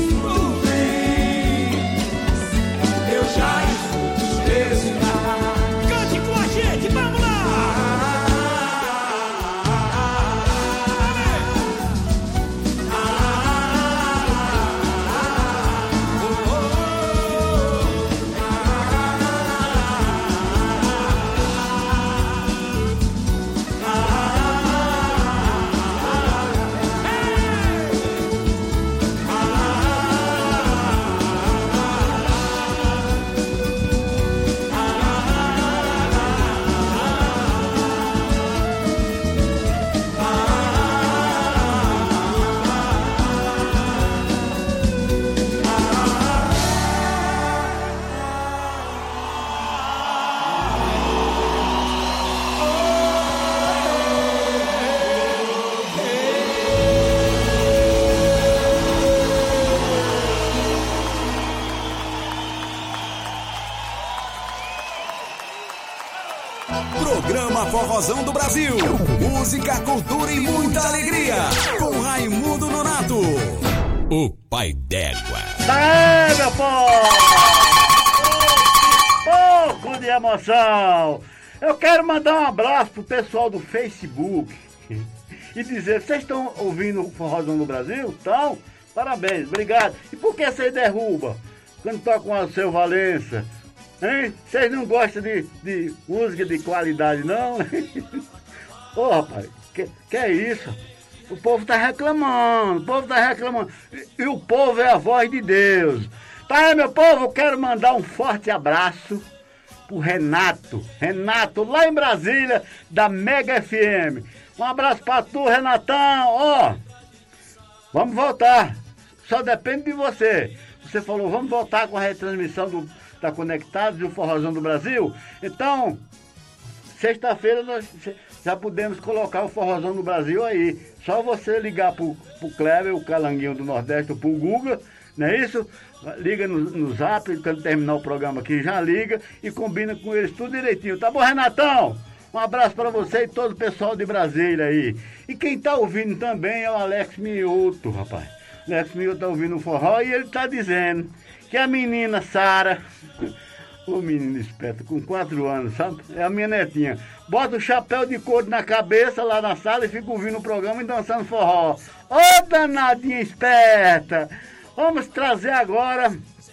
eu já escuto os teus sinais. Cante com a gente, vamos lá! Programa Forrozão do Brasil. Música, cultura e muita alegria. Com Raimundo Nonato, o pai d'égua. Aê, meu povo! Pouco de emoção. Eu quero mandar um abraço pro pessoal do Facebook e dizer, vocês estão ouvindo o Forrozão do Brasil? Então, parabéns, obrigado. E por que vocês derrubam quando tocam o Seu Valença? Hein? Vocês não gostam de música de qualidade, não? Ô, rapaz, que é isso? O povo tá reclamando, E o povo é a voz de Deus. Tá aí, meu povo, eu quero mandar um forte abraço pro Renato, lá em Brasília, da Mega FM. Um abraço pra tu, Renatão, ó. Vamos voltar, só depende de você. Você falou, vamos voltar com a retransmissão da Conectados e o Forrozão do Brasil. Então, sexta-feira nós já podemos colocar o Forrozão do Brasil aí. Só você ligar pro Kleber, o Calanguinho do Nordeste, ou pro Guga, não é isso? Liga no Zap, quando terminar o programa aqui, já liga e combina com eles tudo direitinho. Tá bom, Renatão? Um abraço para você e todo o pessoal de Brasília aí. E quem tá ouvindo também é o Alex Mioto, rapaz. O Alex Mioto tá ouvindo o forró e ele tá dizendo que a menina Sara, ô menina esperta, com 4 anos, sabe? É a minha netinha. Bota o chapéu de couro na cabeça lá na sala e fica ouvindo o programa e dançando forró. Ô danadinha esperta! Vamos trazer agora,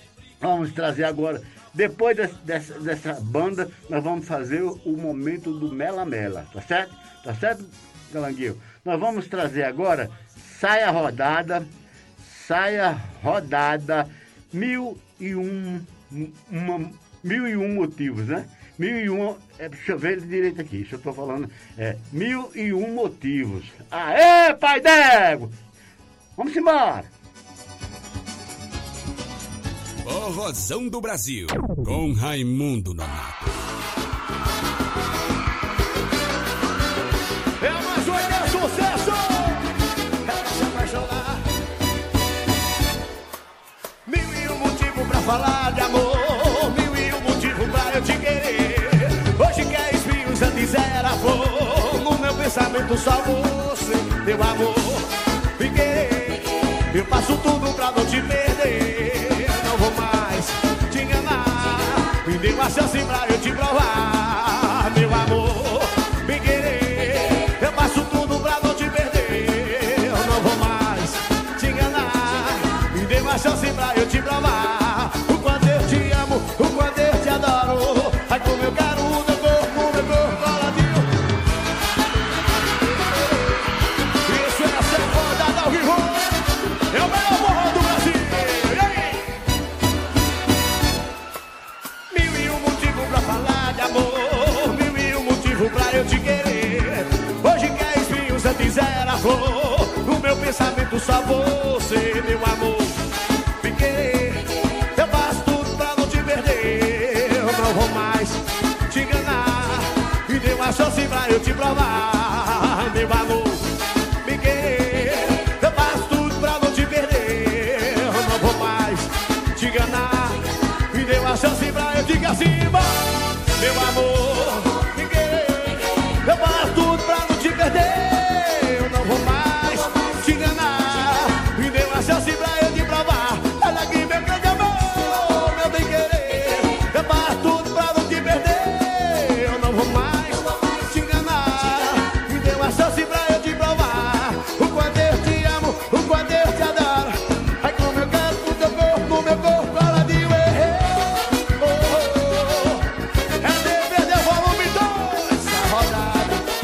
depois dessa banda, nós vamos fazer o momento do Mela Mela, tá certo? Tá certo, Calanguinho? Nós vamos trazer agora Saia Rodada, 1001 motivos, né? 1001, deixa eu ver direito aqui, isso eu tô falando, 1001 motivos. Aê, pai d'égua! Vamos embora! Forrozão do Brasil, com Raimundo Nonato. É mais um é sucesso! É se apaixonar. 1001 motivos pra falar de amor, 1001 motivos pra eu te querer. Hoje que é espinhos, antes era flor. No meu pensamento só você, meu amor, me querer. Eu faço tudo pra não te perder. Me dê uma chance pra eu te provar, meu amor, me querer. Eu faço tudo pra não te perder. Eu não vou mais te enganar. Me dê uma chance pra eu te provar o quanto eu te amo, o quanto eu te adoro. Ai, como eu quero o meu corpo coladinho. Isso é essa rodada ao vivo. É o melhor forró do Brasil. Pra eu te querer. Hoje que é espinhos, antes era flor. No meu pensamento só você, meu amor, me querer. Eu faço tudo pra não te perder. Eu não vou mais te enganar. Me dê uma chance pra eu te provar, meu amor, me querer. Eu faço tudo pra não te perder. Eu não vou mais te enganar. Me dê uma chance pra eu te acima, meu amor. Eu faço tudo pra não te perder. Eu não vou mais te enganar. Me dê uma chance pra eu te provar. Olha aqui, meu grande amor, meu bem querer. Eu faço tudo pra não te perder. Eu não vou mais te enganar. Me dê uma chance pra eu te provar o quanto eu te amo, o quanto eu te adoro. Ai, como eu quero o teu corpo, o meu corpo coladinho. É DVD volume 2, essa rodada.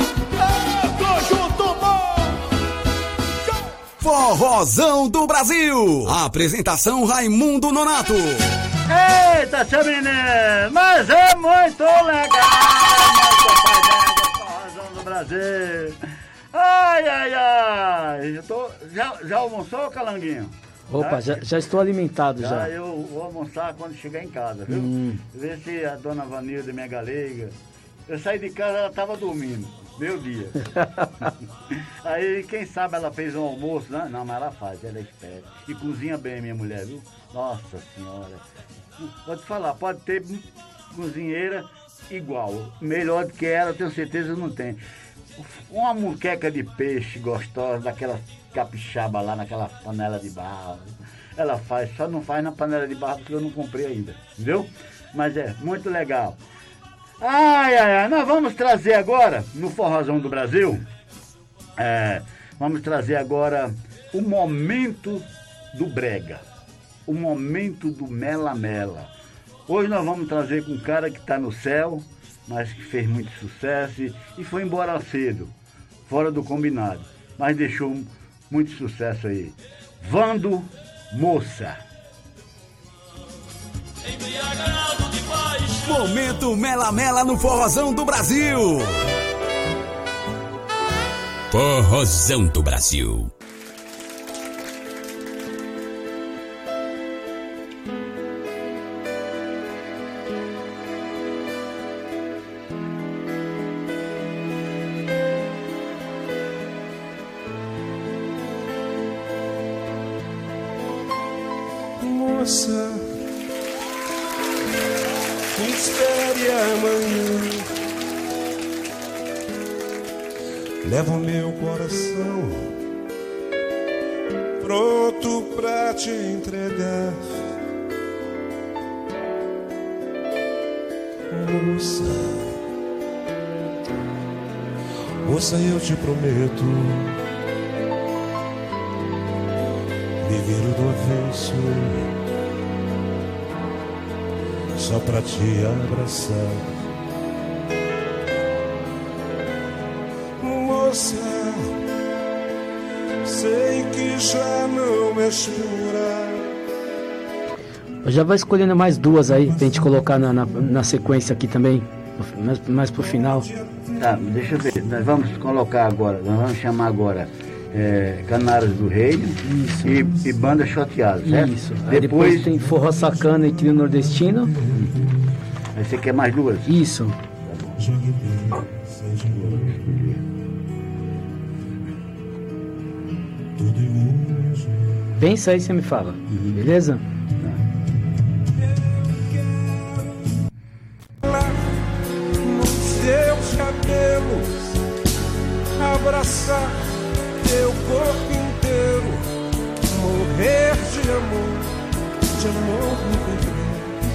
Forrozão do Brasil. Apresentação Raimundo Nonato. Eita, seu menino, mas é muito legal, Forrozão do Brasil. Ai. Já almoçou, Calanguinho? Opa, já estou alimentado já. Eu vou almoçar quando chegar em casa, viu? Ver se a dona Vanilda, minha galega, eu saí de casa, ela estava dormindo. Meu dia. Aí, quem sabe ela fez um almoço, né? Não, mas ela faz, ela é esperta. E cozinha bem, minha mulher, viu? Nossa Senhora. Pode falar, pode ter cozinheira igual. Melhor do que ela, tenho certeza, não tem. Uma muqueca de peixe gostosa, daquela capixaba lá naquela panela de barro. Ela faz, só não faz na panela de barro porque eu não comprei ainda, entendeu? Mas é muito legal. Ai, nós vamos trazer agora, no Forrozão do Brasil, vamos trazer agora o momento do brega, o momento do mela-mela. Hoje nós vamos trazer com um cara que está no céu, mas que fez muito sucesso e foi embora cedo, fora do combinado. mas deixou muito sucesso aí. Vando Moça. Momento Mela Mela no Forrozão do Brasil. Forrozão do Brasil. Moça, espere amanhã. Leva o meu coração pronto pra te entregar. Moça, moça, eu te prometo viver do avesso só pra te abraçar. Moça, sei que já não me espera. Eu já vou escolhendo mais duas aí pra gente colocar na sequência aqui também, mais pro final. Tá, deixa eu ver, nós vamos colocar agora, nós vamos chamar agora Canários do Reino e Banda Choteada, certo? Isso. Aí depois tem Forró Sacana e Trio Nordestino. Aí você quer mais duas? Isso. Tá bom. Pensa aí, você me fala. Beleza? Seus cabelos, abraçar teu corpo inteiro, morrer de amor me perder.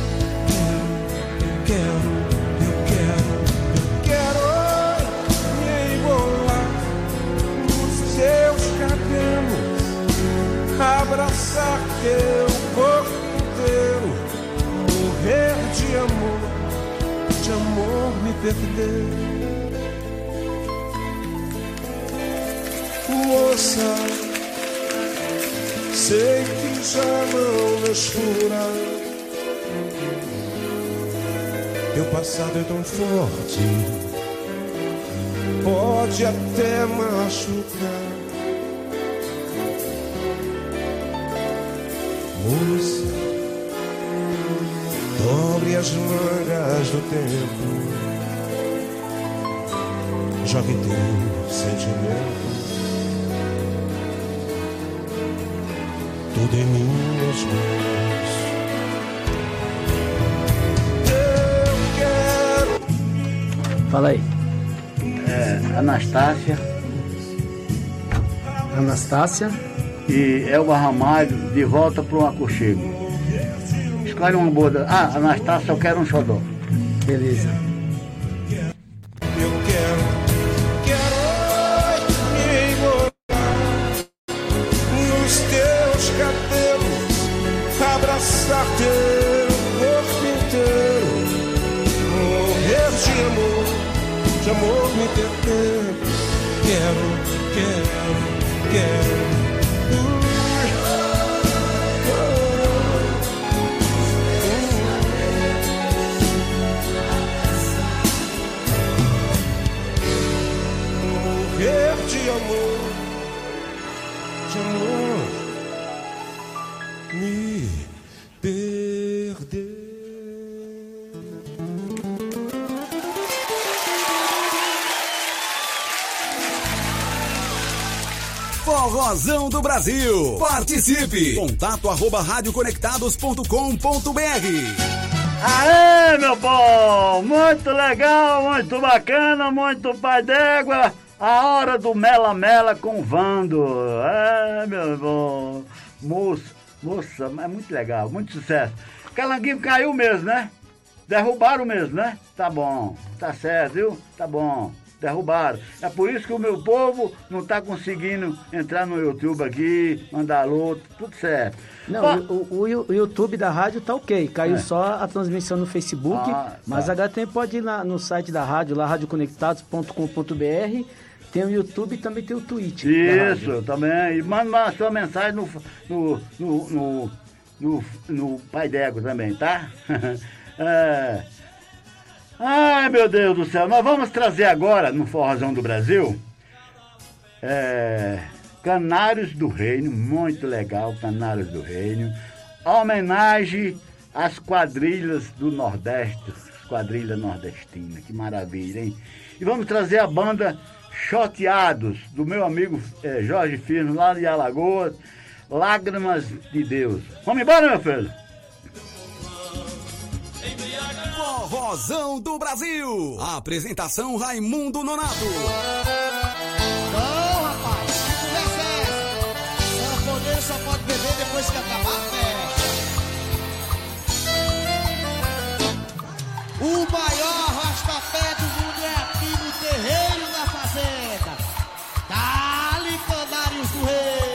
Eu quero me enrolar nos teus cabelos, abraçar teu corpo inteiro, morrer de amor me perder. Moça, sei que já não me escura. Teu passado é tão forte, pode até machucar. Moça, dobre as mangas do tempo, jogue teu sentimento tudo em minhas mãos. Eu quero. Fala aí. Anastácia. E Elba Ramalho, De Volta para um Aconchego. Escolhe uma boa. Anastácia, eu quero um xodó. Beleza. Eu quero me enrolar nos teus cabelos, abraçar teu corpo inteiro, morrer de amor me perder. Quero. De amor me perder. Forrozão do Brasil. Participe. Contato @radioconectados.com.br. Aê, meu povo! Muito legal, muito bacana, muito pai d'égua. A hora do Mela Mela com Vando. Meu irmão. Moça, é muito legal, muito sucesso. Calanguinho caiu mesmo, né? Derrubaram mesmo, né? Tá bom, tá certo, viu? Tá bom, derrubaram. É por isso que o meu povo não tá conseguindo entrar no YouTube aqui, mandar alô, tudo certo. Não, o YouTube da rádio tá ok, caiu só a transmissão no Facebook, mas agora também pode ir no site da rádio, lá radioconectados.com.br. Tem o YouTube e também tem o Twitch. Isso, também. E manda a sua mensagem no Pai Dego também, tá? Ai, meu Deus do céu. Nós vamos trazer agora, no Forrozão do Brasil, Canários do Reino, muito legal, Canários do Reino. Homenagem às quadrilhas do Nordeste, quadrilha nordestina, que maravilha, hein? E vamos trazer a banda Choteados, do meu amigo Jorge Firmo, lá de Alagoas, Lágrimas de Deus. Vamos embora, meu filho? Forrozão do Brasil. Apresentação Raimundo Nonato. Não, rapaz, que conversa é essa? Sanfoneiro só pode beber depois que acabar a festa. O maior rastapé do mundo é aqui no terreiro da fazenda. Dá-lhe Canários do Rei.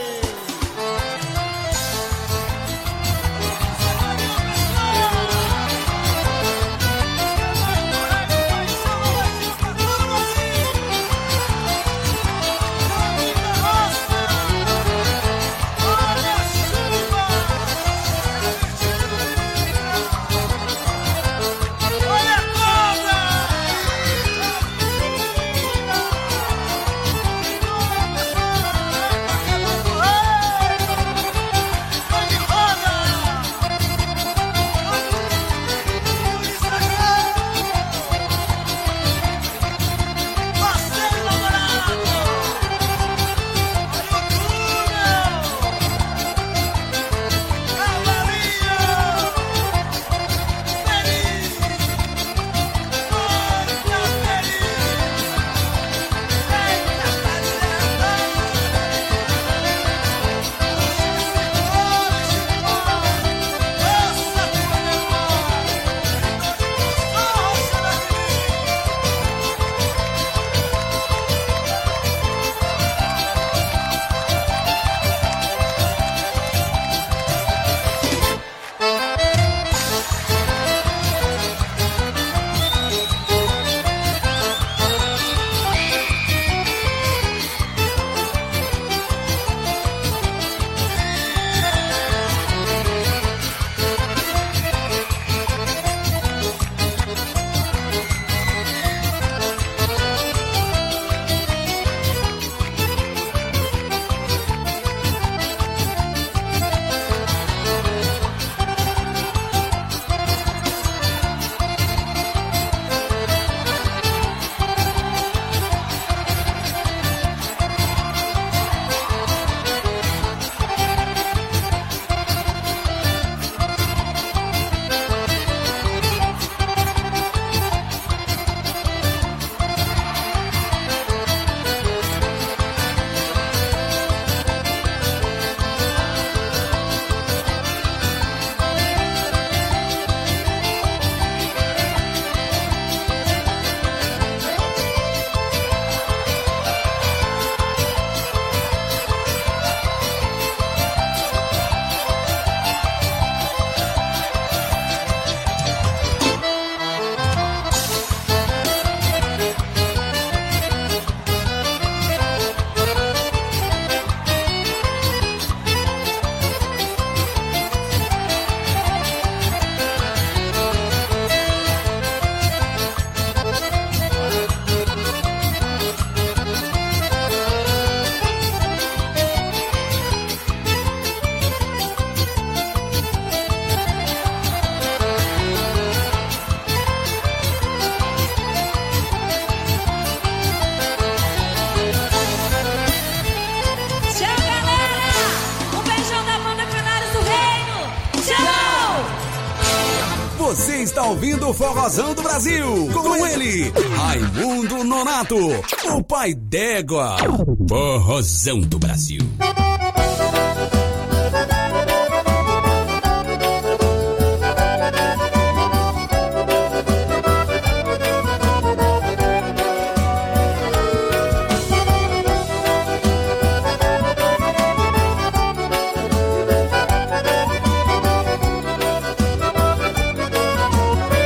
Você está ouvindo o Forrozão do Brasil. Com ele, Raimundo Nonato, o pai d'égua. Forrozão do Brasil.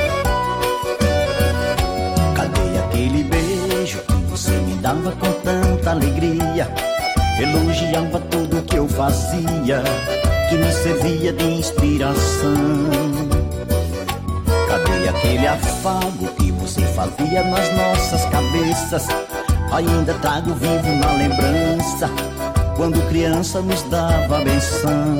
Cadê aquele beijo que você me dava contando? tanta alegria, elogiava tudo que eu fazia, que me servia de inspiração. Cadê aquele afago que você fazia nas nossas cabeças? Ainda trago vivo na lembrança, quando criança nos dava benção.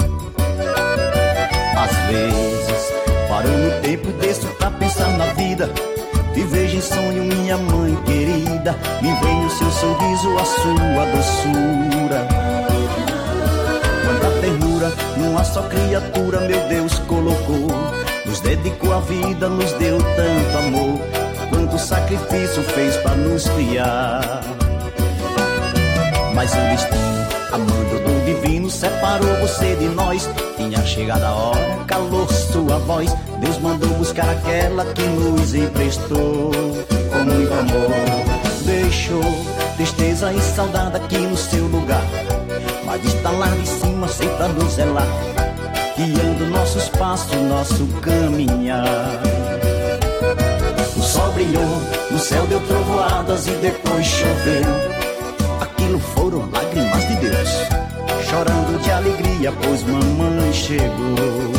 Às vezes paro no tempo e desço pra pensar na vida, te vejo em sonho, minha mãe querida, me vem o seu sorriso, a sua doçura. Quanta ternura numa só criatura, meu Deus colocou, nos dedicou a vida, nos deu tanto amor, quanto sacrifício fez pra nos criar. Mas o destino, amando do divino, separou você de nós. Tinha chegado a hora, calou sua voz, Deus mandou buscar aquela que nos emprestou. Com muito amor, deixou tristeza e saudade aqui no seu lugar, mas está lá de cima sempre a nos zelar, guiando nossos passos, nosso caminhar. O sol brilhou, no céu deu trovoadas e depois choveu. Aquilo foram lágrimas de Deus, chorando de alegria, pois mamãe chegou.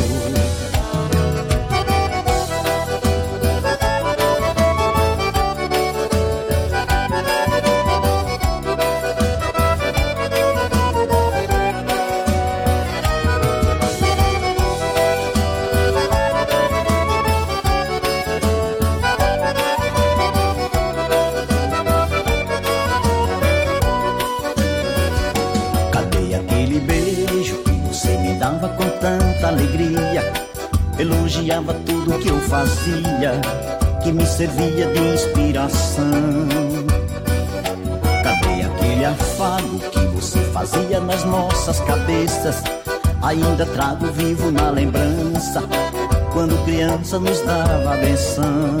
Elogiava tudo que eu fazia, que me servia de inspiração. Cadê aquele afago que você fazia nas nossas cabeças? Ainda trago vivo na lembrança, quando criança nos dava a benção.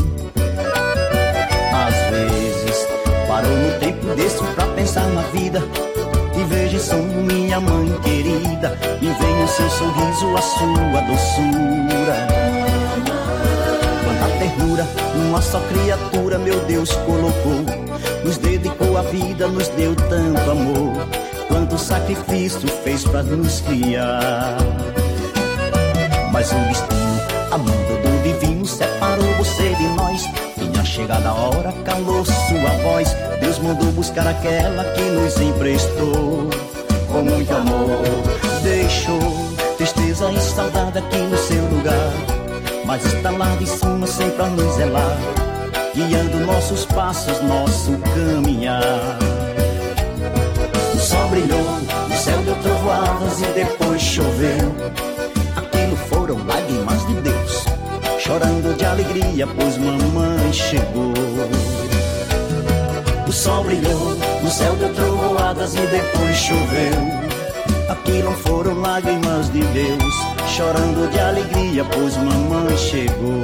Às vezes paro no tempo desse pra pensar na vida, e vejo em sonho minha mãe querida, me vem o seu sorriso, a sua doçura. Quanta ternura numa só criatura, meu Deus colocou, nos dedicou a vida, nos deu tanto amor, quanto sacrifício fez pra nos criar. Mas o destino, amando do divino, separou você de nós. Tinha chegado a hora, calou sua voz, Deus mandou buscar aquela que nos emprestou. Com muito amor, deixou tristeza e saudade aqui no seu lugar, mas está lá de cima sempre a nos zelar, guiando nossos passos, nosso caminhar. O sol brilhou, o céu deu trovoadas e depois choveu. Aquilo foram lágrimas de Deus, chorando de alegria, pois mamãe chegou. O sol brilhou, o céu deu trovoadas e depois choveu. Aquilo foram lágrimas de Deus, chorando de alegria, pois mamãe chegou.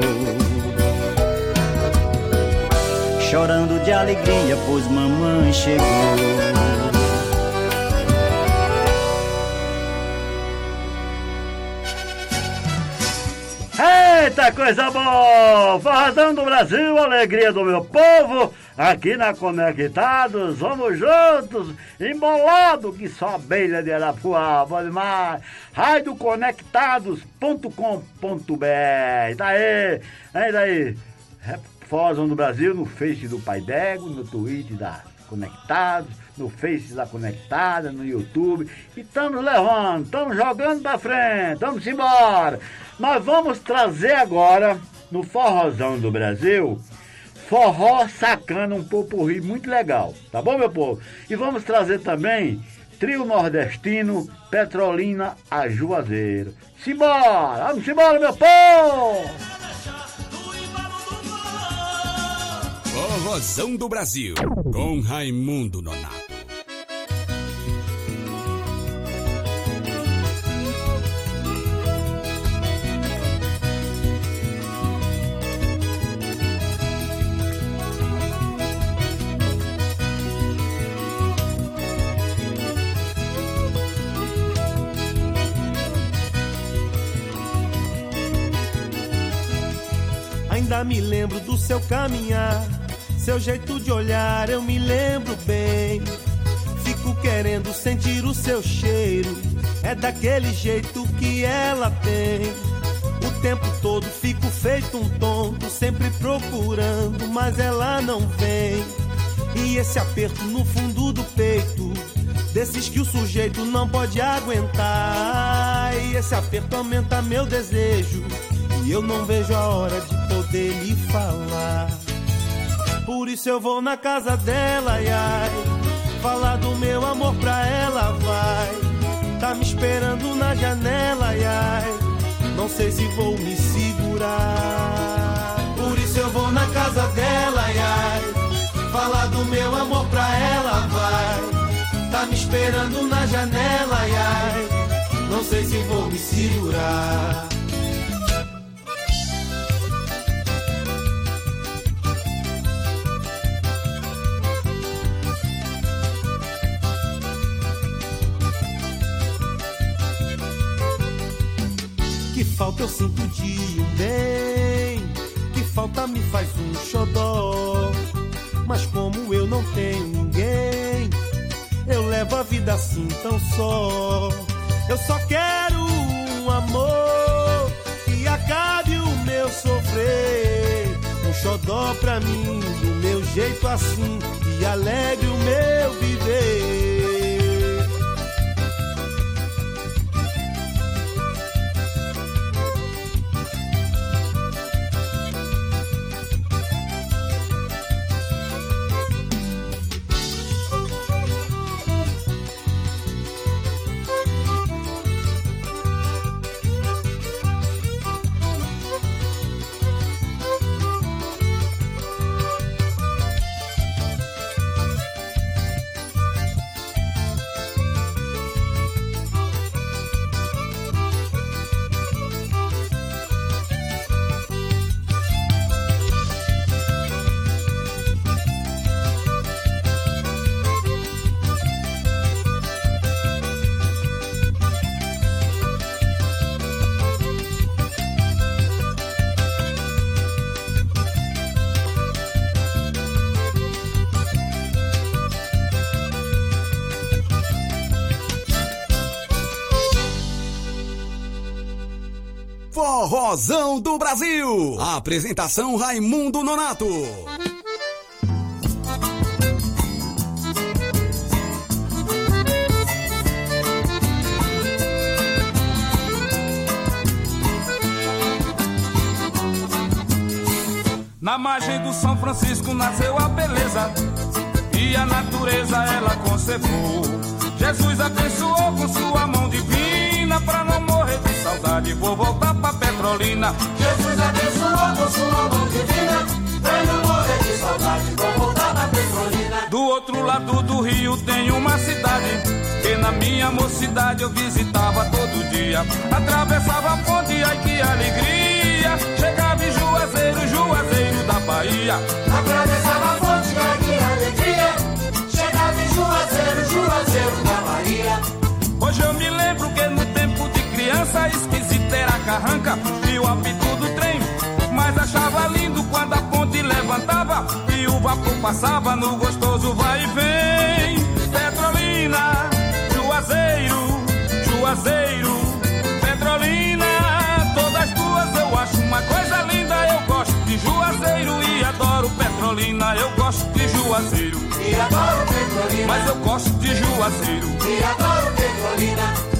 Chorando de alegria, pois mamãe chegou. Eita, coisa boa! Forrozão do Brasil, alegria do meu povo, aqui na Conectados, vamos juntos, embolado que só abelha de Arapuá, bom demais, radioconectados.com.br, tá aí, daí, Forrozão do Brasil, no Face do Pai Dego, no Twitter da Conectados, no Face da Conectada, no YouTube, e estamos levando, estamos jogando pra frente, vamos embora. Nós vamos trazer agora, no Forrozão do Brasil, forró sacana, um popurrí muito legal, tá bom, meu povo? E vamos trazer também trio nordestino, Petrolina a Juazeiro. Simbora, vamos embora, meu povo! Forrozão do Brasil, com Raimundo Nonato. Ainda me lembro do seu caminhar, Seu jeito de olhar eu me lembro bem. Fico querendo sentir o seu cheiro. É daquele jeito que ela tem. O tempo todo fico feito um tonto, sempre procurando, mas ela não vem. E esse aperto no fundo do peito, desses que o sujeito não pode aguentar. E esse aperto aumenta meu desejo, e eu não vejo a hora de poder lhe falar. Por isso eu vou na casa dela, ai, ai, falar do meu amor pra ela, vai. Tá me esperando na janela, ai, ai, não sei se vou me segurar. Por isso eu vou na casa dela, ai, ai, falar do meu amor pra ela, vai. Tá me esperando na janela, ai, ai, não sei se vou me segurar. Que falta eu sinto de um bem, que falta me faz um xodó. Mas como eu não tenho ninguém, eu levo a vida assim tão só. Eu só quero um amor que acabe o meu sofrer. Um xodó pra mim, do meu jeito assim, e alegre o meu viver. Forrozão do Brasil. Apresentação Raimundo Nonato. Na margem do São Francisco nasceu a beleza e a natureza ela conservou. Jesus abençoou com sua mão divina pra não morrer de saudade, vou voltar pra Petrolina. Jesus abençoou com sua mão divina pra não morrer de saudade, vou voltar pra Petrolina. Do outro lado do rio tem uma cidade que na minha mocidade eu visitava todo dia. Atravessava a ponte, ai que alegria, chegava em Juazeiro, Juazeiro da Bahia. Atravessava a ponte, ai que alegria, chegava em Juazeiro, Juazeiro da Bahia. Hoje eu me lembro que no tempo de criança esquisita era a carranca e o apito do trem, mas achava lindo quando a ponte levantava e o vapor passava no gostoso vai e vem. Petrolina, Juazeiro, Juazeiro, Petrolina, todas tuas eu acho uma coisa linda. Eu gosto de Juazeiro e adoro Petrolina. Eu gosto de Juazeiro e adoro Petrolina, mas eu gosto de Juazeiro e adoro Petrolina.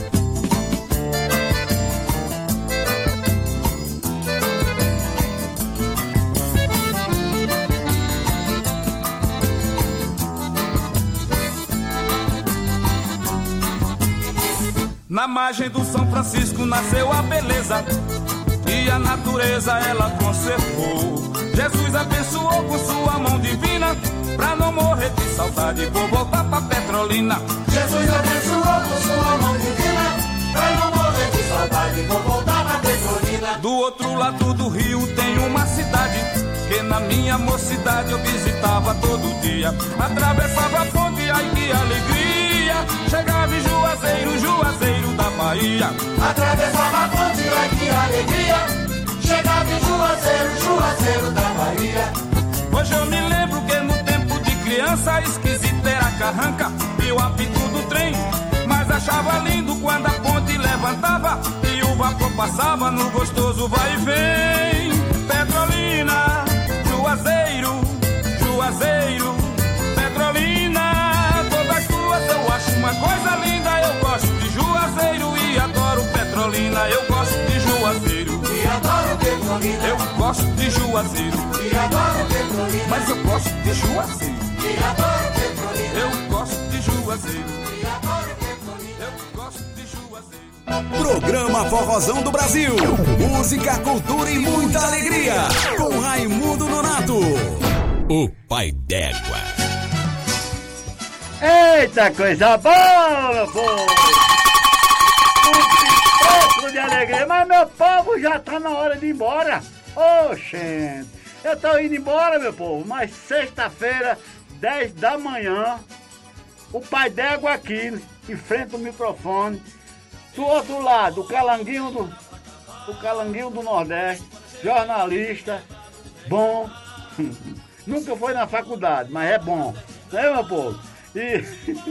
Na margem do São Francisco nasceu a beleza e a natureza ela conservou. Jesus abençoou com sua mão divina pra não morrer de saudade, vou voltar pra Petrolina. Jesus abençoou com sua mão divina pra não morrer de saudade, vou voltar pra Petrolina. Do outro lado do rio tem uma cidade que na minha mocidade eu visitava todo dia. Atravessava a ponte, ai que alegria, chegava em Juazeiro, Juazeiro da Bahia. Atravessava a ponte, ai que alegria, chegava em Juazeiro, Juazeiro da Bahia. Hoje eu me lembro que quando a ponte levantava e o vapor passava no gostoso vai e vem. Petrolina, Juazeiro, Juazeiro, Petrolina, todas suas eu acho uma coisa linda. Eu gosto de Juazeiro e adoro Petrolina. Eu gosto de Juazeiro e adoro Petrolina. Eu gosto de Juazeiro e adoro Petrolina. Mas eu gosto de Juazeiro e adoro Petrolina. Eu gosto de Juazeiro e adoro Petrolina. Eu gosto de Juazeiro. Programa Forrozão do Brasil. Música, cultura e muita alegria. Com Raimundo Nonato, o pai d'égua. Eita, coisa boa, meu povo! Um pipoco de alegria, mas meu povo já tá na hora de ir embora. Oxente, eu tô indo embora, meu povo, mas sexta-feira, 10 da manhã, o pai d'égua aqui, em frente ao microfone, do outro lado, o calanguinho do Nordeste, jornalista, bom, nunca foi na faculdade, mas é bom, né, meu povo? E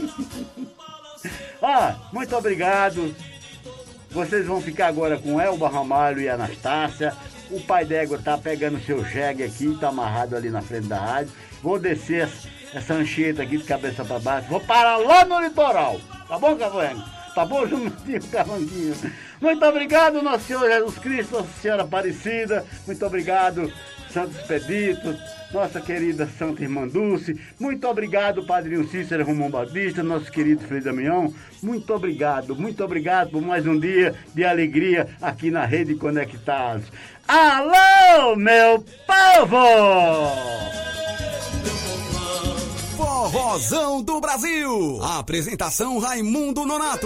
muito obrigado. Vocês vão ficar agora com Elba Ramalho e Anastácia. O pai d'égua tá pegando seu jegue aqui, tá amarrado ali na frente da rádio. Vou descer essa anchieta aqui de cabeça para baixo. Vou parar lá no litoral. Tá bom, Cavanho? Tá bom, Jumentinho, Cavanguinho? Muito obrigado, Nosso Senhor Jesus Cristo, Nossa Senhora Aparecida. Muito obrigado, Santo Expedito, nossa querida Santa Irmã Dulce. Muito obrigado, Padrinho Cícero Romão Batista, nosso querido Frei Damião. Muito obrigado por mais um dia de alegria aqui na Rede Conectados. Alô, meu povo! Forrozão do Brasil. Apresentação Raimundo Nonato.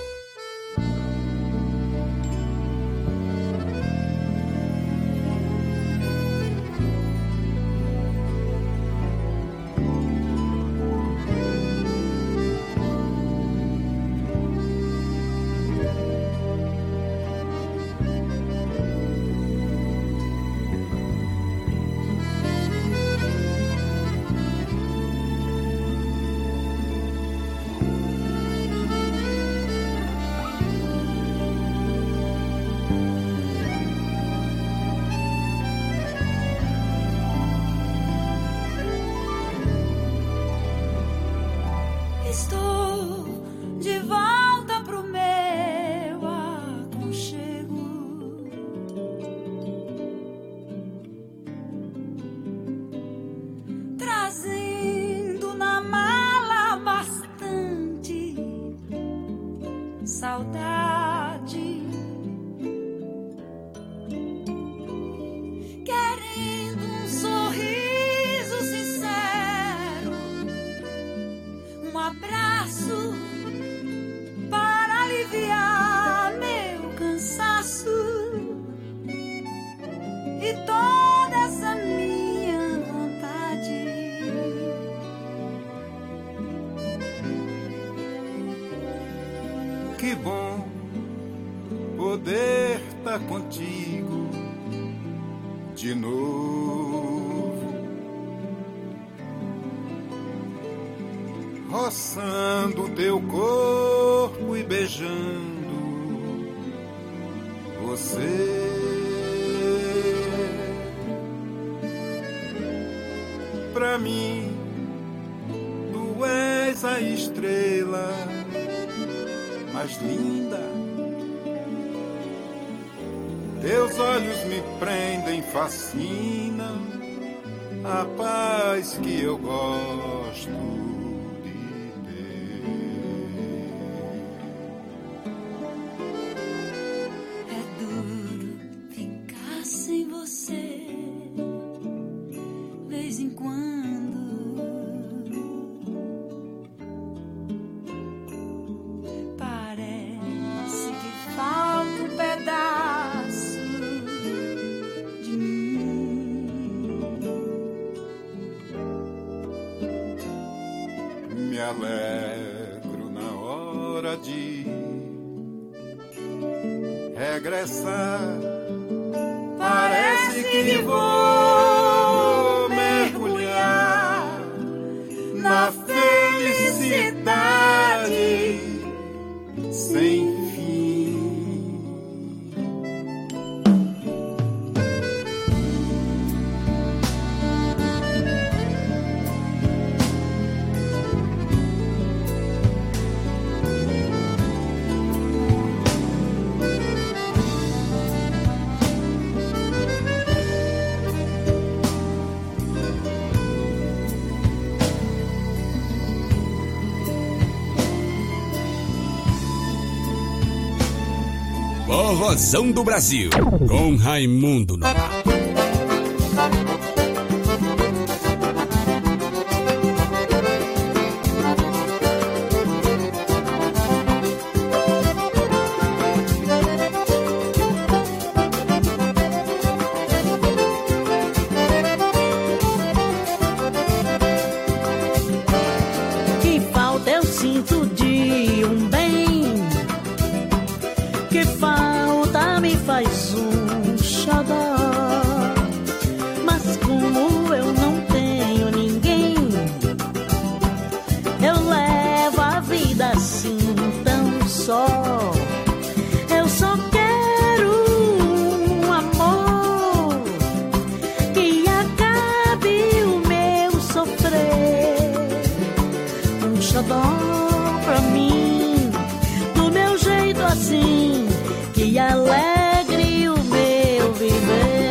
Saudade, querendo um sorriso sincero, um abraço para aliviar meu cansaço e toda essa minha vontade. Que bom poder estar contigo de novo, roçando teu corpo e beijando você. Pra mim, tu és a estrela mais linda. Teus olhos me prendem, fascinam, a paz que eu gosto de ter. É duro ficar sem você, vez em quando. Alegro na hora de regressar. Parece que vou mergulhar na felicidade sem Forrozão do Brasil, com Raimundo Nonato. Que falta eu sinto de um bem, que falta me faz um xodó. Mas como eu não tenho ninguém, eu levo a vida assim tão só. Eu só quero um amor que acabe o meu sofrer, um xodó pra mim, do meu jeito assim, que alegre o meu viver.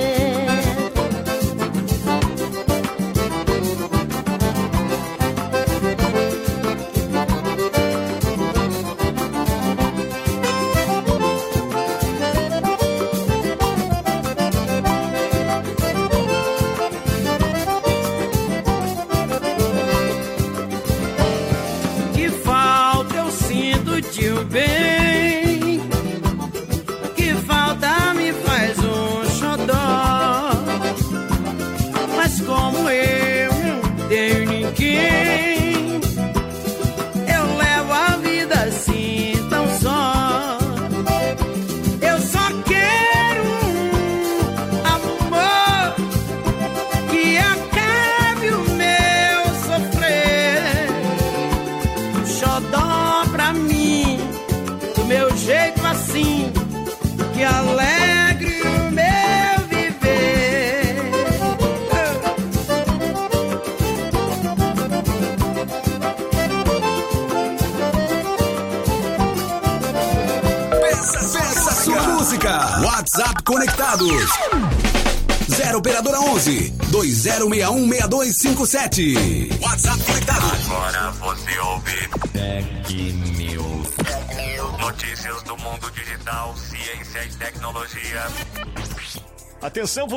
Que falta eu sinto de um bem, que falta me faz um xodó. Mas como eu não tenho ninguém, eu levo a vida assim tão só. Eu só quero um amor que acabe o meu sofrer, um xodó pra mim, do meu jeito assim, que alegre o meu viver. Peça sua música. WhatsApp conectados. 0 operadora 11 2061 6257. WhatsApp conectados. Agora você ouve Tech News. Notícias do mundo digital, ciência e tecnologia. Atenção,